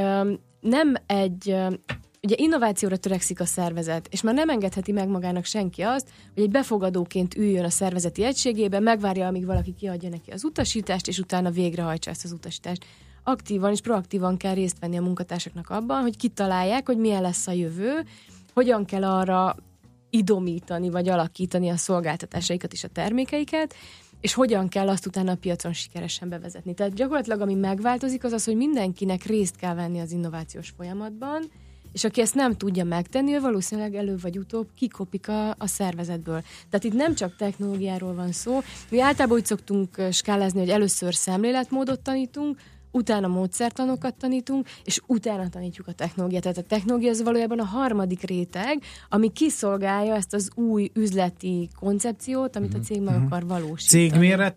nem egy... Ugye innovációra törekszik a szervezet, és már nem engedheti meg magának senki azt, hogy egy befogadóként üljön a szervezeti egységébe, megvárja, amíg valaki kiadja neki az utasítást, és utána végrehajtsa ezt az utasítást. Aktívan és proaktívan kell részt venni a munkatársaknak abban, hogy kitalálják, hogy milyen lesz a jövő, hogyan kell arra idomítani, vagy alakítani a szolgáltatásaikat és a termékeiket, és hogyan kell azt utána a piacon sikeresen bevezetni. Tehát gyakorlatilag ami megváltozik, az az, hogy mindenkinek részt kell venni az innovációs folyamatban, és aki ezt nem tudja megtenni, ő valószínűleg előbb vagy utóbb kikopik a szervezetből. Tehát itt nem csak technológiáról van szó. Mi általában úgy szoktunk skálázni, hogy először szemléletmódot tanítunk, utána módszertanokat tanítunk, és utána tanítjuk a technológiát. Tehát a technológia az valójában a harmadik réteg, ami kiszolgálja ezt az új üzleti koncepciót, amit a cég meg akar valósítani. Cégméret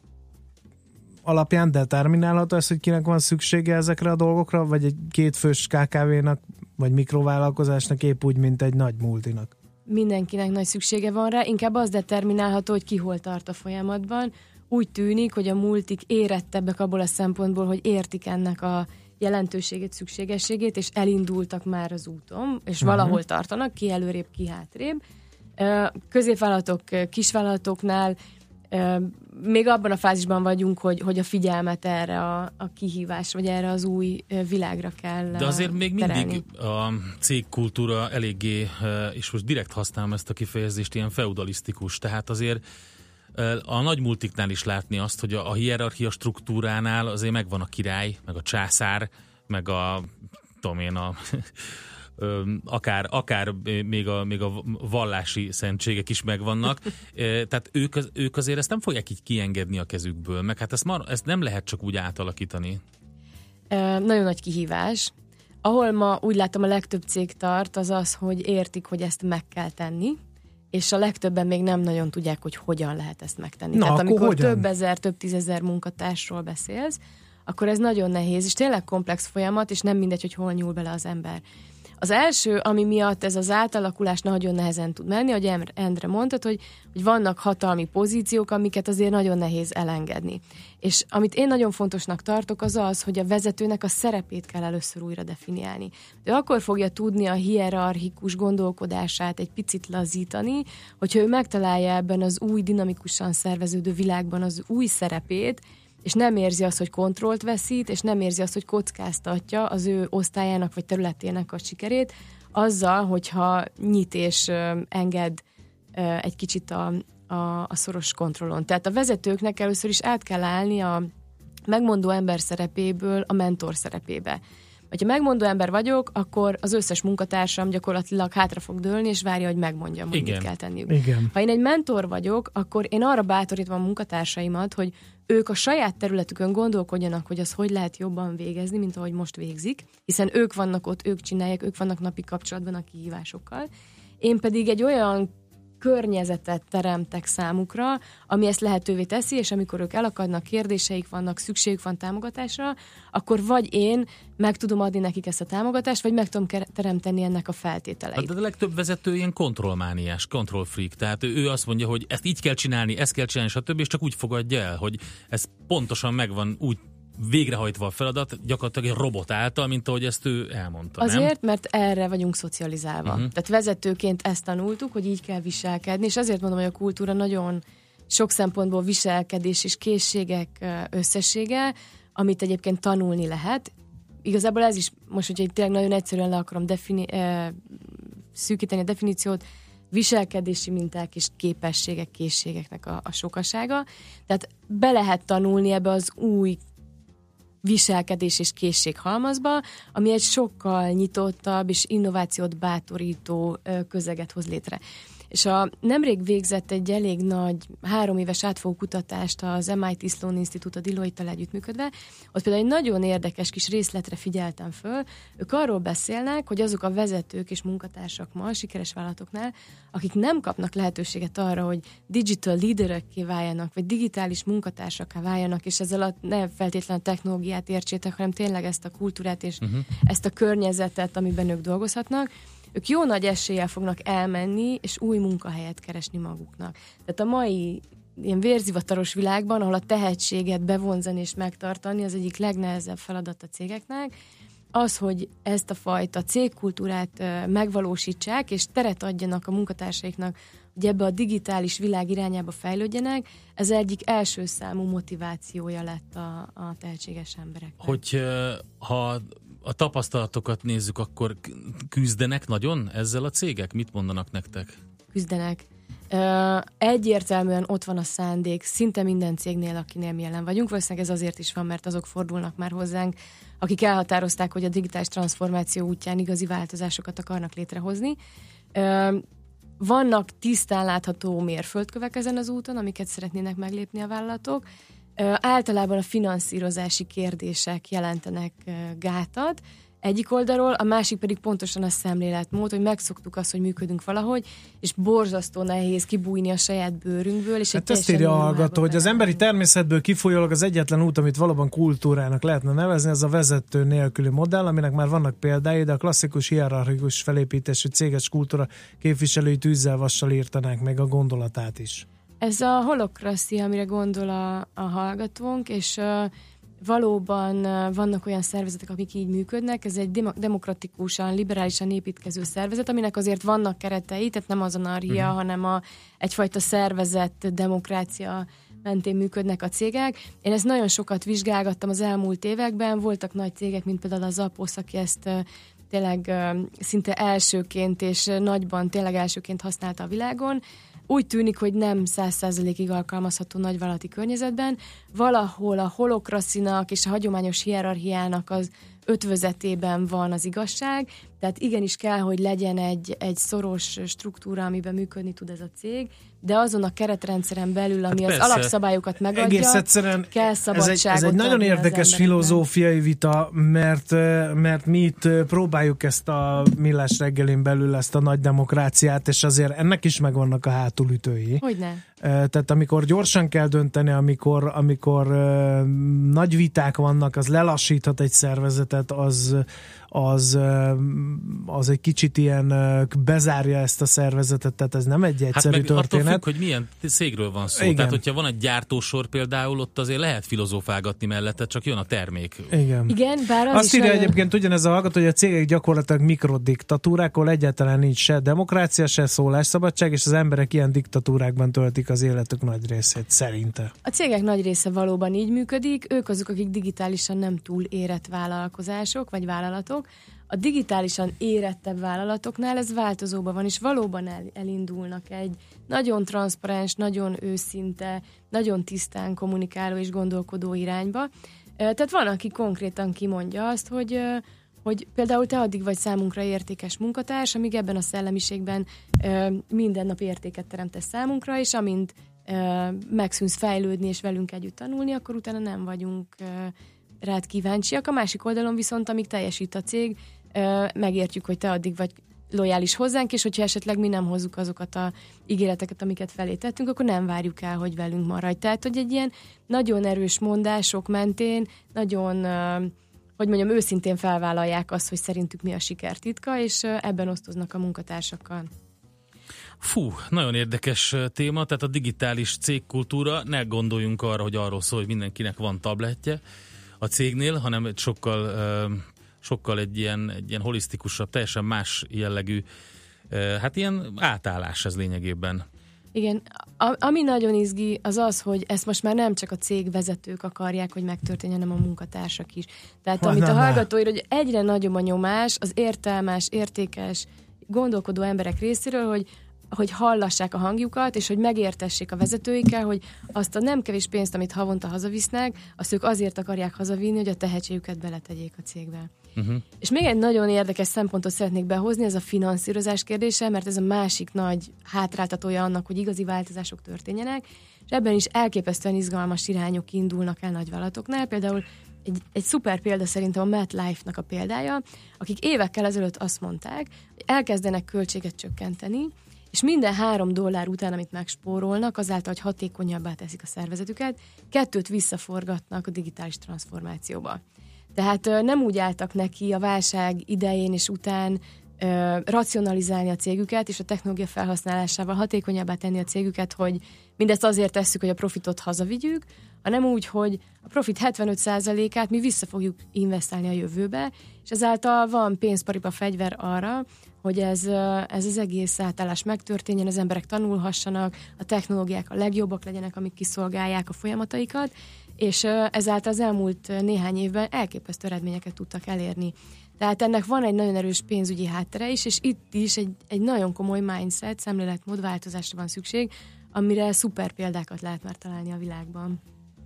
alapján determinálható ez, hogy kinek van szüksége ezekre a dolgokra, vagy egy kétfős KKV-nak, vagy mikrovállalkozásnak épp úgy, mint egy nagy multinak? mindenkinek nagy szüksége van rá, inkább az determinálható, hogy ki hol tart a folyamatban. Úgy tűnik, hogy a multik érettebbek abból a szempontból, hogy értik ennek a jelentőségét, szükségességét, és elindultak már az úton, és valahol tartanak, ki előrébb, ki hátrébb. Középvállalatok, kisvállalatoknál még abban a fázisban vagyunk, hogy a figyelmet erre a kihívás, vagy erre az új világra kell De azért még terelni. mindig a cégkultúra eléggé, és most direkt használom ezt a kifejezést, ilyen feudalisztikus. Tehát azért a nagy multiknál is látni azt, hogy a hierarchia struktúránál azért megvan a király, meg a császár, meg akár még a vallási szentségek is megvannak. Tehát ők azért ezt nem fogják így kiengedni a kezükből, meg hát ezt nem lehet csak úgy átalakítani. Nagyon nagy kihívás. Ahol ma úgy látom a legtöbb cég tart, az az, hogy értik, hogy ezt meg kell tenni, és a legtöbben még nem nagyon tudják, hogy hogyan lehet ezt megtenni. Tehát amikor hogyan? Több ezer, több tízezer munkatársról beszélsz, akkor ez nagyon nehéz, és tényleg komplex folyamat, és nem mindegy, hogy hol nyúl bele az ember. Az első, ami miatt ez az átalakulás nagyon nehezen tud menni, hogy Endre mondtad, hogy vannak hatalmi pozíciók, amiket azért nagyon nehéz elengedni. És amit én nagyon fontosnak tartok, az az, hogy a vezetőnek a szerepét kell először újra definiálni. Ő akkor fogja tudni a hierarchikus gondolkodását egy picit lazítani, hogyha ő megtalálja ebben az új dinamikusan szerveződő világban az új szerepét, és nem érzi azt, hogy kontrollt veszít, és nem érzi azt, hogy kockáztatja az ő osztályának vagy területének a sikerét, azzal, hogyha nyit és enged egy kicsit a szoros kontrollon. Tehát a vezetőknek először is át kell állni a megmondó ember szerepéből a mentor szerepébe. Ha megmondó ember vagyok, akkor az összes munkatársam gyakorlatilag hátra fog dőlni, és várja, hogy megmondjam, hogy mit kell tenniük. Igen. Ha én egy mentor vagyok, akkor én arra bátorítom a munkatársaimat, hogy ők a saját területükön gondolkodjanak, hogy az hogy lehet jobban végezni, mint ahogy most végzik, hiszen ők vannak ott, ők csinálják, ők vannak napi kapcsolatban a kihívásokkal. Én pedig egy olyan környezetet teremtek számukra, ami ezt lehetővé teszi, és amikor ők elakadnak, kérdéseik vannak, szükségük van támogatásra, akkor vagy én meg tudom adni nekik ezt a támogatást, vagy meg tudom teremteni ennek a feltételeit. De a legtöbb vezető ilyen kontrollmániás, kontrollfreak, tehát ő azt mondja, hogy ezt így kell csinálni, ezt kell csinálni, stb., és csak úgy fogadja el, hogy ez pontosan megvan úgy végrehajtva a feladat, gyakorlatilag egy robot által, mint ahogy ezt ő elmondta, Azért, mert erre vagyunk szocializálva. Tehát vezetőként ezt tanultuk, hogy így kell viselkedni, és azért mondom, hogy a kultúra nagyon sok szempontból viselkedés és készségek összessége, amit egyébként tanulni lehet. Igazából ez is, most, hogyha tényleg nagyon egyszerűen le akarom szűkíteni a definíciót, viselkedési minták és képességek, készségeknek a sokasága. Tehát be lehet tanulni ebbe az új viselkedés és készség halmazba, ami egy sokkal nyitottabb és innovációt bátorító közeget hoz létre. És a nemrég végzett egy elég nagy 3 éves átfogó kutatást az MIT Sloan Institute a Deloitte-tel együttműködve, ott például egy nagyon érdekes kis részletre figyeltem föl. Ők arról beszélnek, hogy azok a vezetők és munkatársak ma a sikeres vállalatoknál, akik nem kapnak lehetőséget arra, hogy digital leaderekké váljanak, vagy digitális munkatársakká váljanak, és ezzel ne feltétlenül a technológiát értsétek, hanem tényleg ezt a kultúrát és ezt a környezetet, amiben ők dolgozhatnak, ők jó nagy eséllyel fognak elmenni, és új munkahelyet keresni maguknak. Tehát a mai ilyen vérzivataros világban, ahol a tehetséget bevonzani és megtartani, az egyik legnehezebb feladat a cégeknek, az, hogy ezt a fajta cégkultúrát megvalósítsák, és teret adjanak a munkatársaiknak, hogy ebbe a digitális világ irányába fejlődjenek, ez egyik első számú motivációja lett a tehetséges embereknek. Hogy ha a tapasztalatokat nézzük, akkor küzdenek nagyon ezzel a cégek? Mit mondanak nektek? Küzdenek. Egyértelműen ott van a szándék szinte minden cégnél, akinél mi jelen vagyunk. Valószínűleg ez azért is van, mert azok fordulnak már hozzánk, akik elhatározták, hogy a digitális transformáció útján igazi változásokat akarnak létrehozni. Vannak tisztán látható mérföldkövek ezen az úton, amiket szeretnének meglépni a vállalatok. Általában a finanszírozási kérdések jelentenek gátat. egyik oldalról, a másik pedig pontosan a szemléletmód, hogy megszoktuk azt, hogy működünk valahogy, és borzasztó nehéz kibújni a saját bőrünkből. És hát ezt írja a hallgató, hogy az emberi természetből kifolyólag az egyetlen út, amit valóban kultúrának lehetne nevezni, az a vezető nélküli modell, aminek már vannak példái, de a klasszikus hierarchikus felépítésű céges kultúra képviselői tűzzel vassal írtanák meg a gondolatát is. Ez a holokraszia, amire gondol a hallgatónk, és valóban vannak olyan szervezetek, amik így működnek. Ez egy demokratikusan, liberálisan építkező szervezet, aminek azért vannak keretei, tehát nem az anarchia, hanem egyfajta szervezett demokrácia mentén működnek a cégek. Én ezt nagyon sokat vizsgálgattam az elmúlt években. Voltak nagy cégek, mint például a Zappos, aki ezt tényleg szinte elsőként és nagyban tényleg elsőként használta a világon. Úgy tűnik, hogy nem 100%-ig alkalmazható nagyvállalati környezetben. Valahol a holokraszinak és a hagyományos hierarchiának az ötvözetében van az igazság, tehát igenis kell, hogy legyen egy szoros struktúra, amiben működni tud ez a cég, de azon a keretrendszeren belül, ami az alapszabályokat megadja, egész egyszerűen kell szabadságot. Ez egy nagyon érdekes filozófiai vita, mert mi itt próbáljuk ezt a Millás reggelin belül ezt a nagy demokráciát, és azért ennek is megvannak a hátulütői. Hogyne? Tehát amikor gyorsan kell dönteni, amikor nagy viták vannak, az lelassíthat egy szervezetet, az egy kicsit ilyen bezárja ezt a szervezetet, tehát ez nem egy egyszerű történet. Attól függ, hogy milyen cégről van szó. Igen. Tehát, hogyha van egy gyártósor például, ott azért lehet filozófálgatni mellette, csak jön a termék. Igen, bár az azt írja egyébként ugyanez a hallgató, hogy a cégek gyakorlatilag mikrodiktatúrák, ahol egyáltalán nincs se demokrácia, se szólásszabadság, és az emberek ilyen diktatúrákban töltik az életük nagy részét, szerinte. A cégek nagy része valóban így működik, ők azok, akik digitálisan nem túl érett vállalkozások, vagy vállalatok. A digitálisan érettebb vállalatoknál ez változóban van, és valóban elindulnak egy nagyon transzparens, nagyon őszinte, nagyon tisztán kommunikáló és gondolkodó irányba. Tehát van, aki konkrétan kimondja azt, hogy például te addig vagy számunkra értékes munkatárs, amíg ebben a szellemiségben minden nap értéket teremtesz számunkra, és amint megszűnsz fejlődni és velünk együtt tanulni, akkor utána nem vagyunk rád kíváncsiak. A másik oldalon viszont, amíg teljesít a cég, megértjük, hogy te addig vagy lojális hozzánk, és hogyha esetleg mi nem hozzuk azokat a ígéreteket, amiket felé tettünk, akkor nem várjuk el, hogy velünk maradj. Tehát, hogy egy ilyen nagyon erős mondások mentén, nagyon, hogy mondjam, őszintén felvállalják azt, hogy szerintük mi a siker titka, és ebben osztoznak a munkatársakkal. Fú, nagyon érdekes téma, tehát a digitális cégkultúra, ne gondoljunk arra, hogy arról szól, hogy mindenkinek van tabletje a cégnél, hanem egy sokkal egy ilyen holisztikusabb, teljesen más jellegű, hát ilyen átállás ez lényegében. Igen, ami nagyon izgi, az, hogy ezt most már nem csak a cégvezetők akarják, hogy megtörténjen, hanem a munkatársak is. Tehát amit a hallgató ír, hogy egyre nagyobb a nyomás az értelmes, értékes, gondolkodó emberek részéről, hogy hallassák a hangjukat, és hogy megértessék a vezetőikkel, hogy azt a nem kevés pénzt, amit havonta hazavisznek, azt ők azért akarják hazavinni, hogy a tehetségüket beletegyék a cégbe. És még egy nagyon érdekes szempontot szeretnék behozni, ez a finanszírozás kérdése, mert ez a másik nagy hátráltatója annak, hogy igazi változások történjenek, és ebben is elképesztően izgalmas irányok indulnak el nagyvállalatoknál. Például egy szuper példa szerintem a MetLife-nak a példája, akik évekkel ezelőtt azt mondták, hogy elkezdenek költséget csökkenteni, és minden $3 után, amit megspórolnak, azáltal, hogy hatékonyabbá teszik a szervezetüket, 2 visszaforgatnak a digitális transformációba. Tehát nem úgy álltak neki a válság idején és után racionalizálni a cégüket, és a technológia felhasználásával hatékonyabbá tenni a cégüket, hogy mindezt azért tesszük, hogy a profitot hazavigyük, hanem úgy, hogy a profit 75%-át mi vissza fogjuk investálni a jövőbe, és ezáltal van pénzparipa fegyver arra, hogy ez az egész átállás megtörténjen, az emberek tanulhassanak, a technológiák a legjobbak legyenek, amik kiszolgálják a folyamataikat, és ezáltal az elmúlt néhány évben elképesztő eredményeket tudtak elérni. Tehát ennek van egy nagyon erős pénzügyi háttere is, és itt is egy nagyon komoly mindset, szemléletmód változásra van szükség, amire szuper példákat lehet már találni a világban.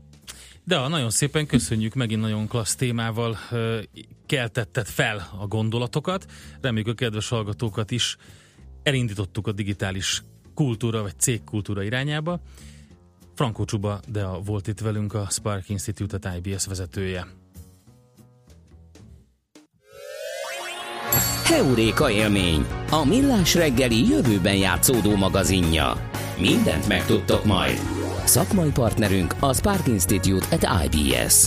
De nagyon szépen köszönjük, megint nagyon klassz témával keltetted fel a gondolatokat. Reméljük a kedves hallgatókat is elindítottuk a digitális kultúra vagy cégkultúra irányába. Frankó Csuba Dea volt itt velünk, a Spark Institute-et IBS vezetője. Heuréka élmény, a Millás reggeli jövőben játszódó magazinja. Mindent megtudtok majd. Szakmai partnerünk a Spark Institute at IBS.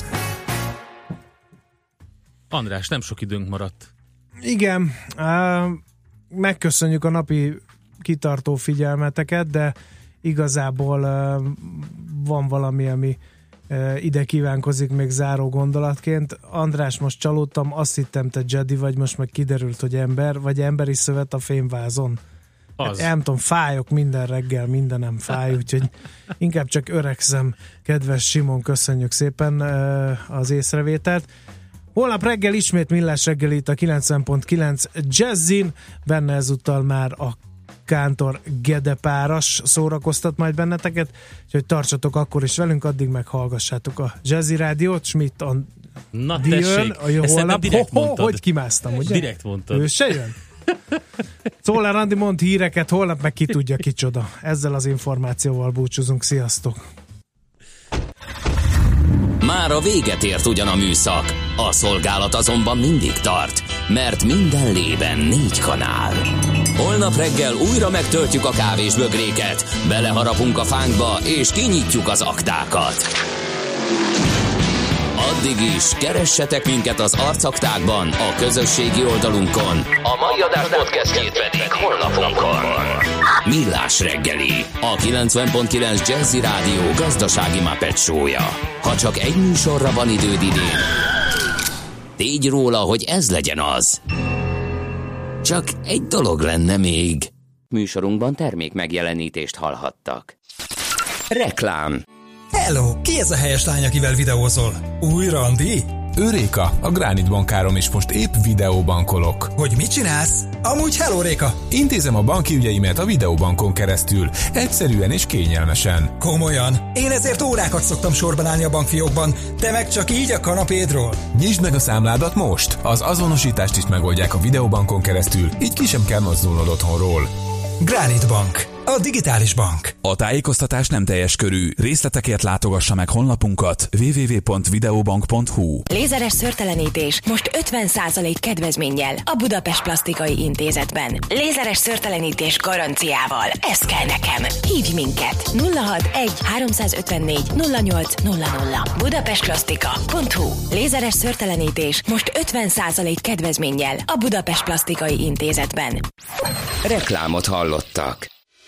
András, nem sok időnk maradt. Igen, megköszönjük a napi kitartó figyelmeteket, de igazából van valami, ami ide kívánkozik még záró gondolatként. András, most csalódtam, azt hittem, te Jedi vagy, most meg kiderült, hogy ember, vagy emberi szövet a fémvázon. Hát, nem tudom, fájok minden reggel, mindenem fáj, úgyhogy inkább csak öregszem. Kedves Simon, köszönjük szépen az észrevételt. Holnap reggel ismét Millás reggel itt a 90.9 Jazzin, benne ezúttal már a Kántor Gede páras szórakoztat majd benneteket, úgyhogy tartsatok akkor is velünk, addig meghallgassátok a Jazzy Rádiót. Schmidt Na tessék, ezt nem direkt mondtad. Hogy kimásztam, ugye? Direkt mondtad. Ő se jön? Czoller Andi mond híreket, holnap meg ki tudja kicsoda. Ezzel az információval búcsúzunk, sziasztok! Már a véget ért ugyan a műszak, a szolgálat azonban mindig tart, mert minden lében 4 kanál. Holnap reggel újra megtöltjük a kávésbögréket, beleharapunk a fánkba és kinyitjuk az aktákat. Addig is keressetek minket az arcaktákban, a közösségi oldalunkon. A mai adás podcastjét pedig honlapunkon. Millás reggeli, a 90.9 Jazzy Rádió gazdasági Muppet show-ja. Ha csak egy műsorra van időd idén, tégy róla, hogy ez legyen az. Csak egy dolog lenne még. Műsorunkban termék megjelenítést hallhattak. Reklám. Hello! Ki ez a helyes lány, akivel videózol? Új randi? Réka, a Granit bankárom, és most épp videóbankolok. Hogy mit csinálsz? Amúgy hello, Réka! Intézem a banki ügyeimet a videóbankon keresztül, egyszerűen és kényelmesen. Komolyan? Én ezért órákat szoktam sorban állni a bankfiókban, te meg csak így a kanapédról. Nyisd meg a számládat most! Az azonosítást is megoldják a videóbankon keresztül, így ki sem kell mozdulnod otthonról. Granit Bank, a digitális bank. A tájékoztatás nem teljes körű. Részletekért látogassa meg honlapunkat www.videobank.hu. Lézeres szőrtelenítés most 50% kedvezménnyel a Budapest Plastikai Intézetben. Lézeres szőrtelenítés garanciával. Ez kell nekem. Hívj minket 061 354 0800. budapestplastika.hu. Lézeres szőrtelenítés most 50% kedvezménnyel a Budapest Plastikai Intézetben. Reklámot hallottak.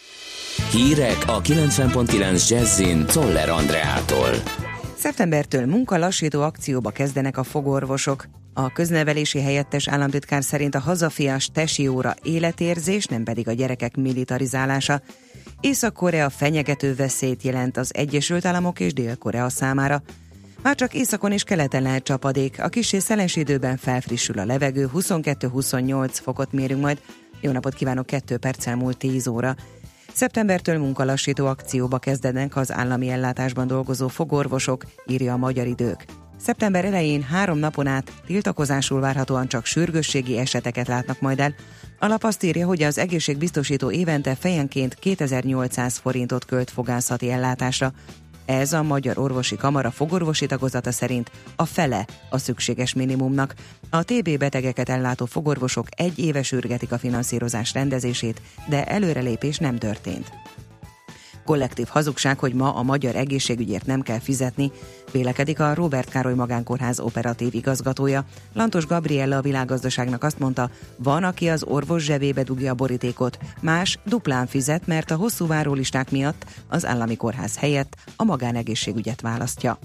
Hírek a 90.9 Jazzin Czoller Andreától. Szeptembertől munkalassító akcióba kezdenek a fogorvosok. A köznevelési helyettes államtitkár szerint a hazafias tesi óra életérzés, nem pedig a gyerekek militarizálása. Észak-Korea fenyegető veszélyt jelent az Egyesült Államok és Dél-Korea számára. Már csak északon és keleten lehet csapadék, a kissé szeles időben felfrissül a levegő, 22-28 fokot mérünk majd. Jó napot kívánok, 2 perccel múlt 10 óra. Szeptembertől munkalassító akcióba kezdenek az állami ellátásban dolgozó fogorvosok, írja a Magyar Idők. Szeptember elején 3 napon át tiltakozásul várhatóan csak sürgősségi eseteket látnak majd el. A lap azt írja, hogy az egészségbiztosító évente fejenként 2800 forintot költ fogászati ellátásra. Ez a Magyar Orvosi Kamara fogorvosi tagozata szerint a fele a szükséges minimumnak. A TB betegeket ellátó fogorvosok 1 éve sürgetik a finanszírozás rendezését, de előrelépés nem történt. Kollektív hazugság, hogy ma a magyar egészségügyért nem kell fizetni, vélekedik a Róbert Károly Magánkórház operatív igazgatója. Lantos Gabriella a Világgazdaságnak azt mondta, van, aki az orvos zsebébe dugja a borítékot, más duplán fizet, mert a hosszú várólisták miatt az állami kórház helyett a magánegészségügyet választja.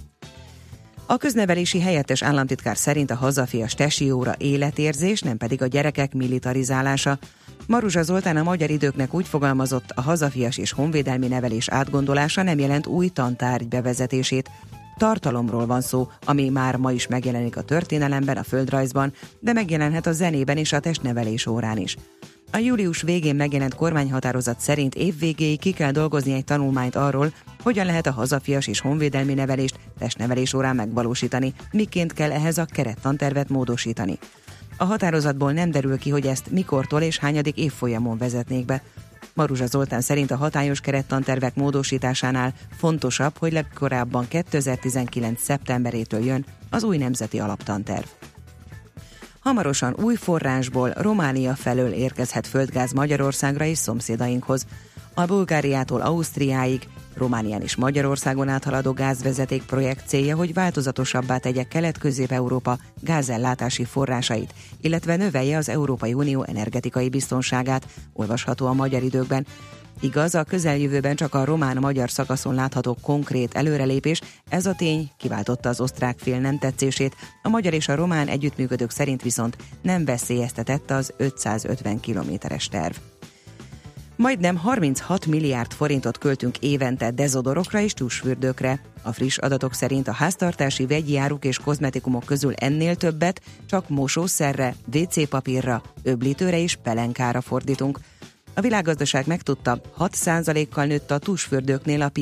A köznevelési helyettes államtitkár szerint a hazafias tesi óra életérzés, nem pedig a gyerekek militarizálása. Maruzsa Zoltán a Magyar Időknek úgy fogalmazott, a hazafias és honvédelmi nevelés átgondolása nem jelent új tantárgy bevezetését. Tartalomról van szó, ami már ma is megjelenik a történelemben, a földrajzban, de megjelenhet a zenében és a testnevelés órán is. A július végén megjelent kormányhatározat szerint évvégéig ki kell dolgozni egy tanulmányt arról, hogyan lehet a hazafias és honvédelmi nevelést testnevelés órán megvalósítani, miként kell ehhez a kerettantervet módosítani. A határozatból nem derül ki, hogy ezt mikortól és hányadik évfolyamon vezetnék be. Maruzsa Zoltán szerint a hatályos kerettantervek módosításánál fontosabb, hogy legkorábban 2019. szeptemberétől jön az új nemzeti alaptanterv. Hamarosan új forrásból, Románia felől érkezhet földgáz Magyarországra és szomszédainkhoz. A Bulgáriától Ausztriáig, Románián és Magyarországon áthaladó gázvezeték projekt célja, hogy változatosabbá tegye Kelet-Közép-Európa gázellátási forrásait, illetve növelje az Európai Unió energetikai biztonságát, olvasható a Magyar Időkben. Igaz, a közeljövőben csak a román-magyar szakaszon látható konkrét előrelépés, ez a tény kiváltotta az osztrák fél nem tetszését, a magyar és a román együttműködők szerint viszont nem veszélyeztetett az 550 kilométeres terv. Majdnem 36 milliárd forintot költünk évente dezodorokra és tusfürdőkre. A friss adatok szerint a háztartási vegyi áruk és kozmetikumok közül ennél többet csak mosószerre, WC-papírra, öblítőre és pelenkára fordítunk. A világgazdaság megtudta, 6%-kal nőtt a tusfürdőknél a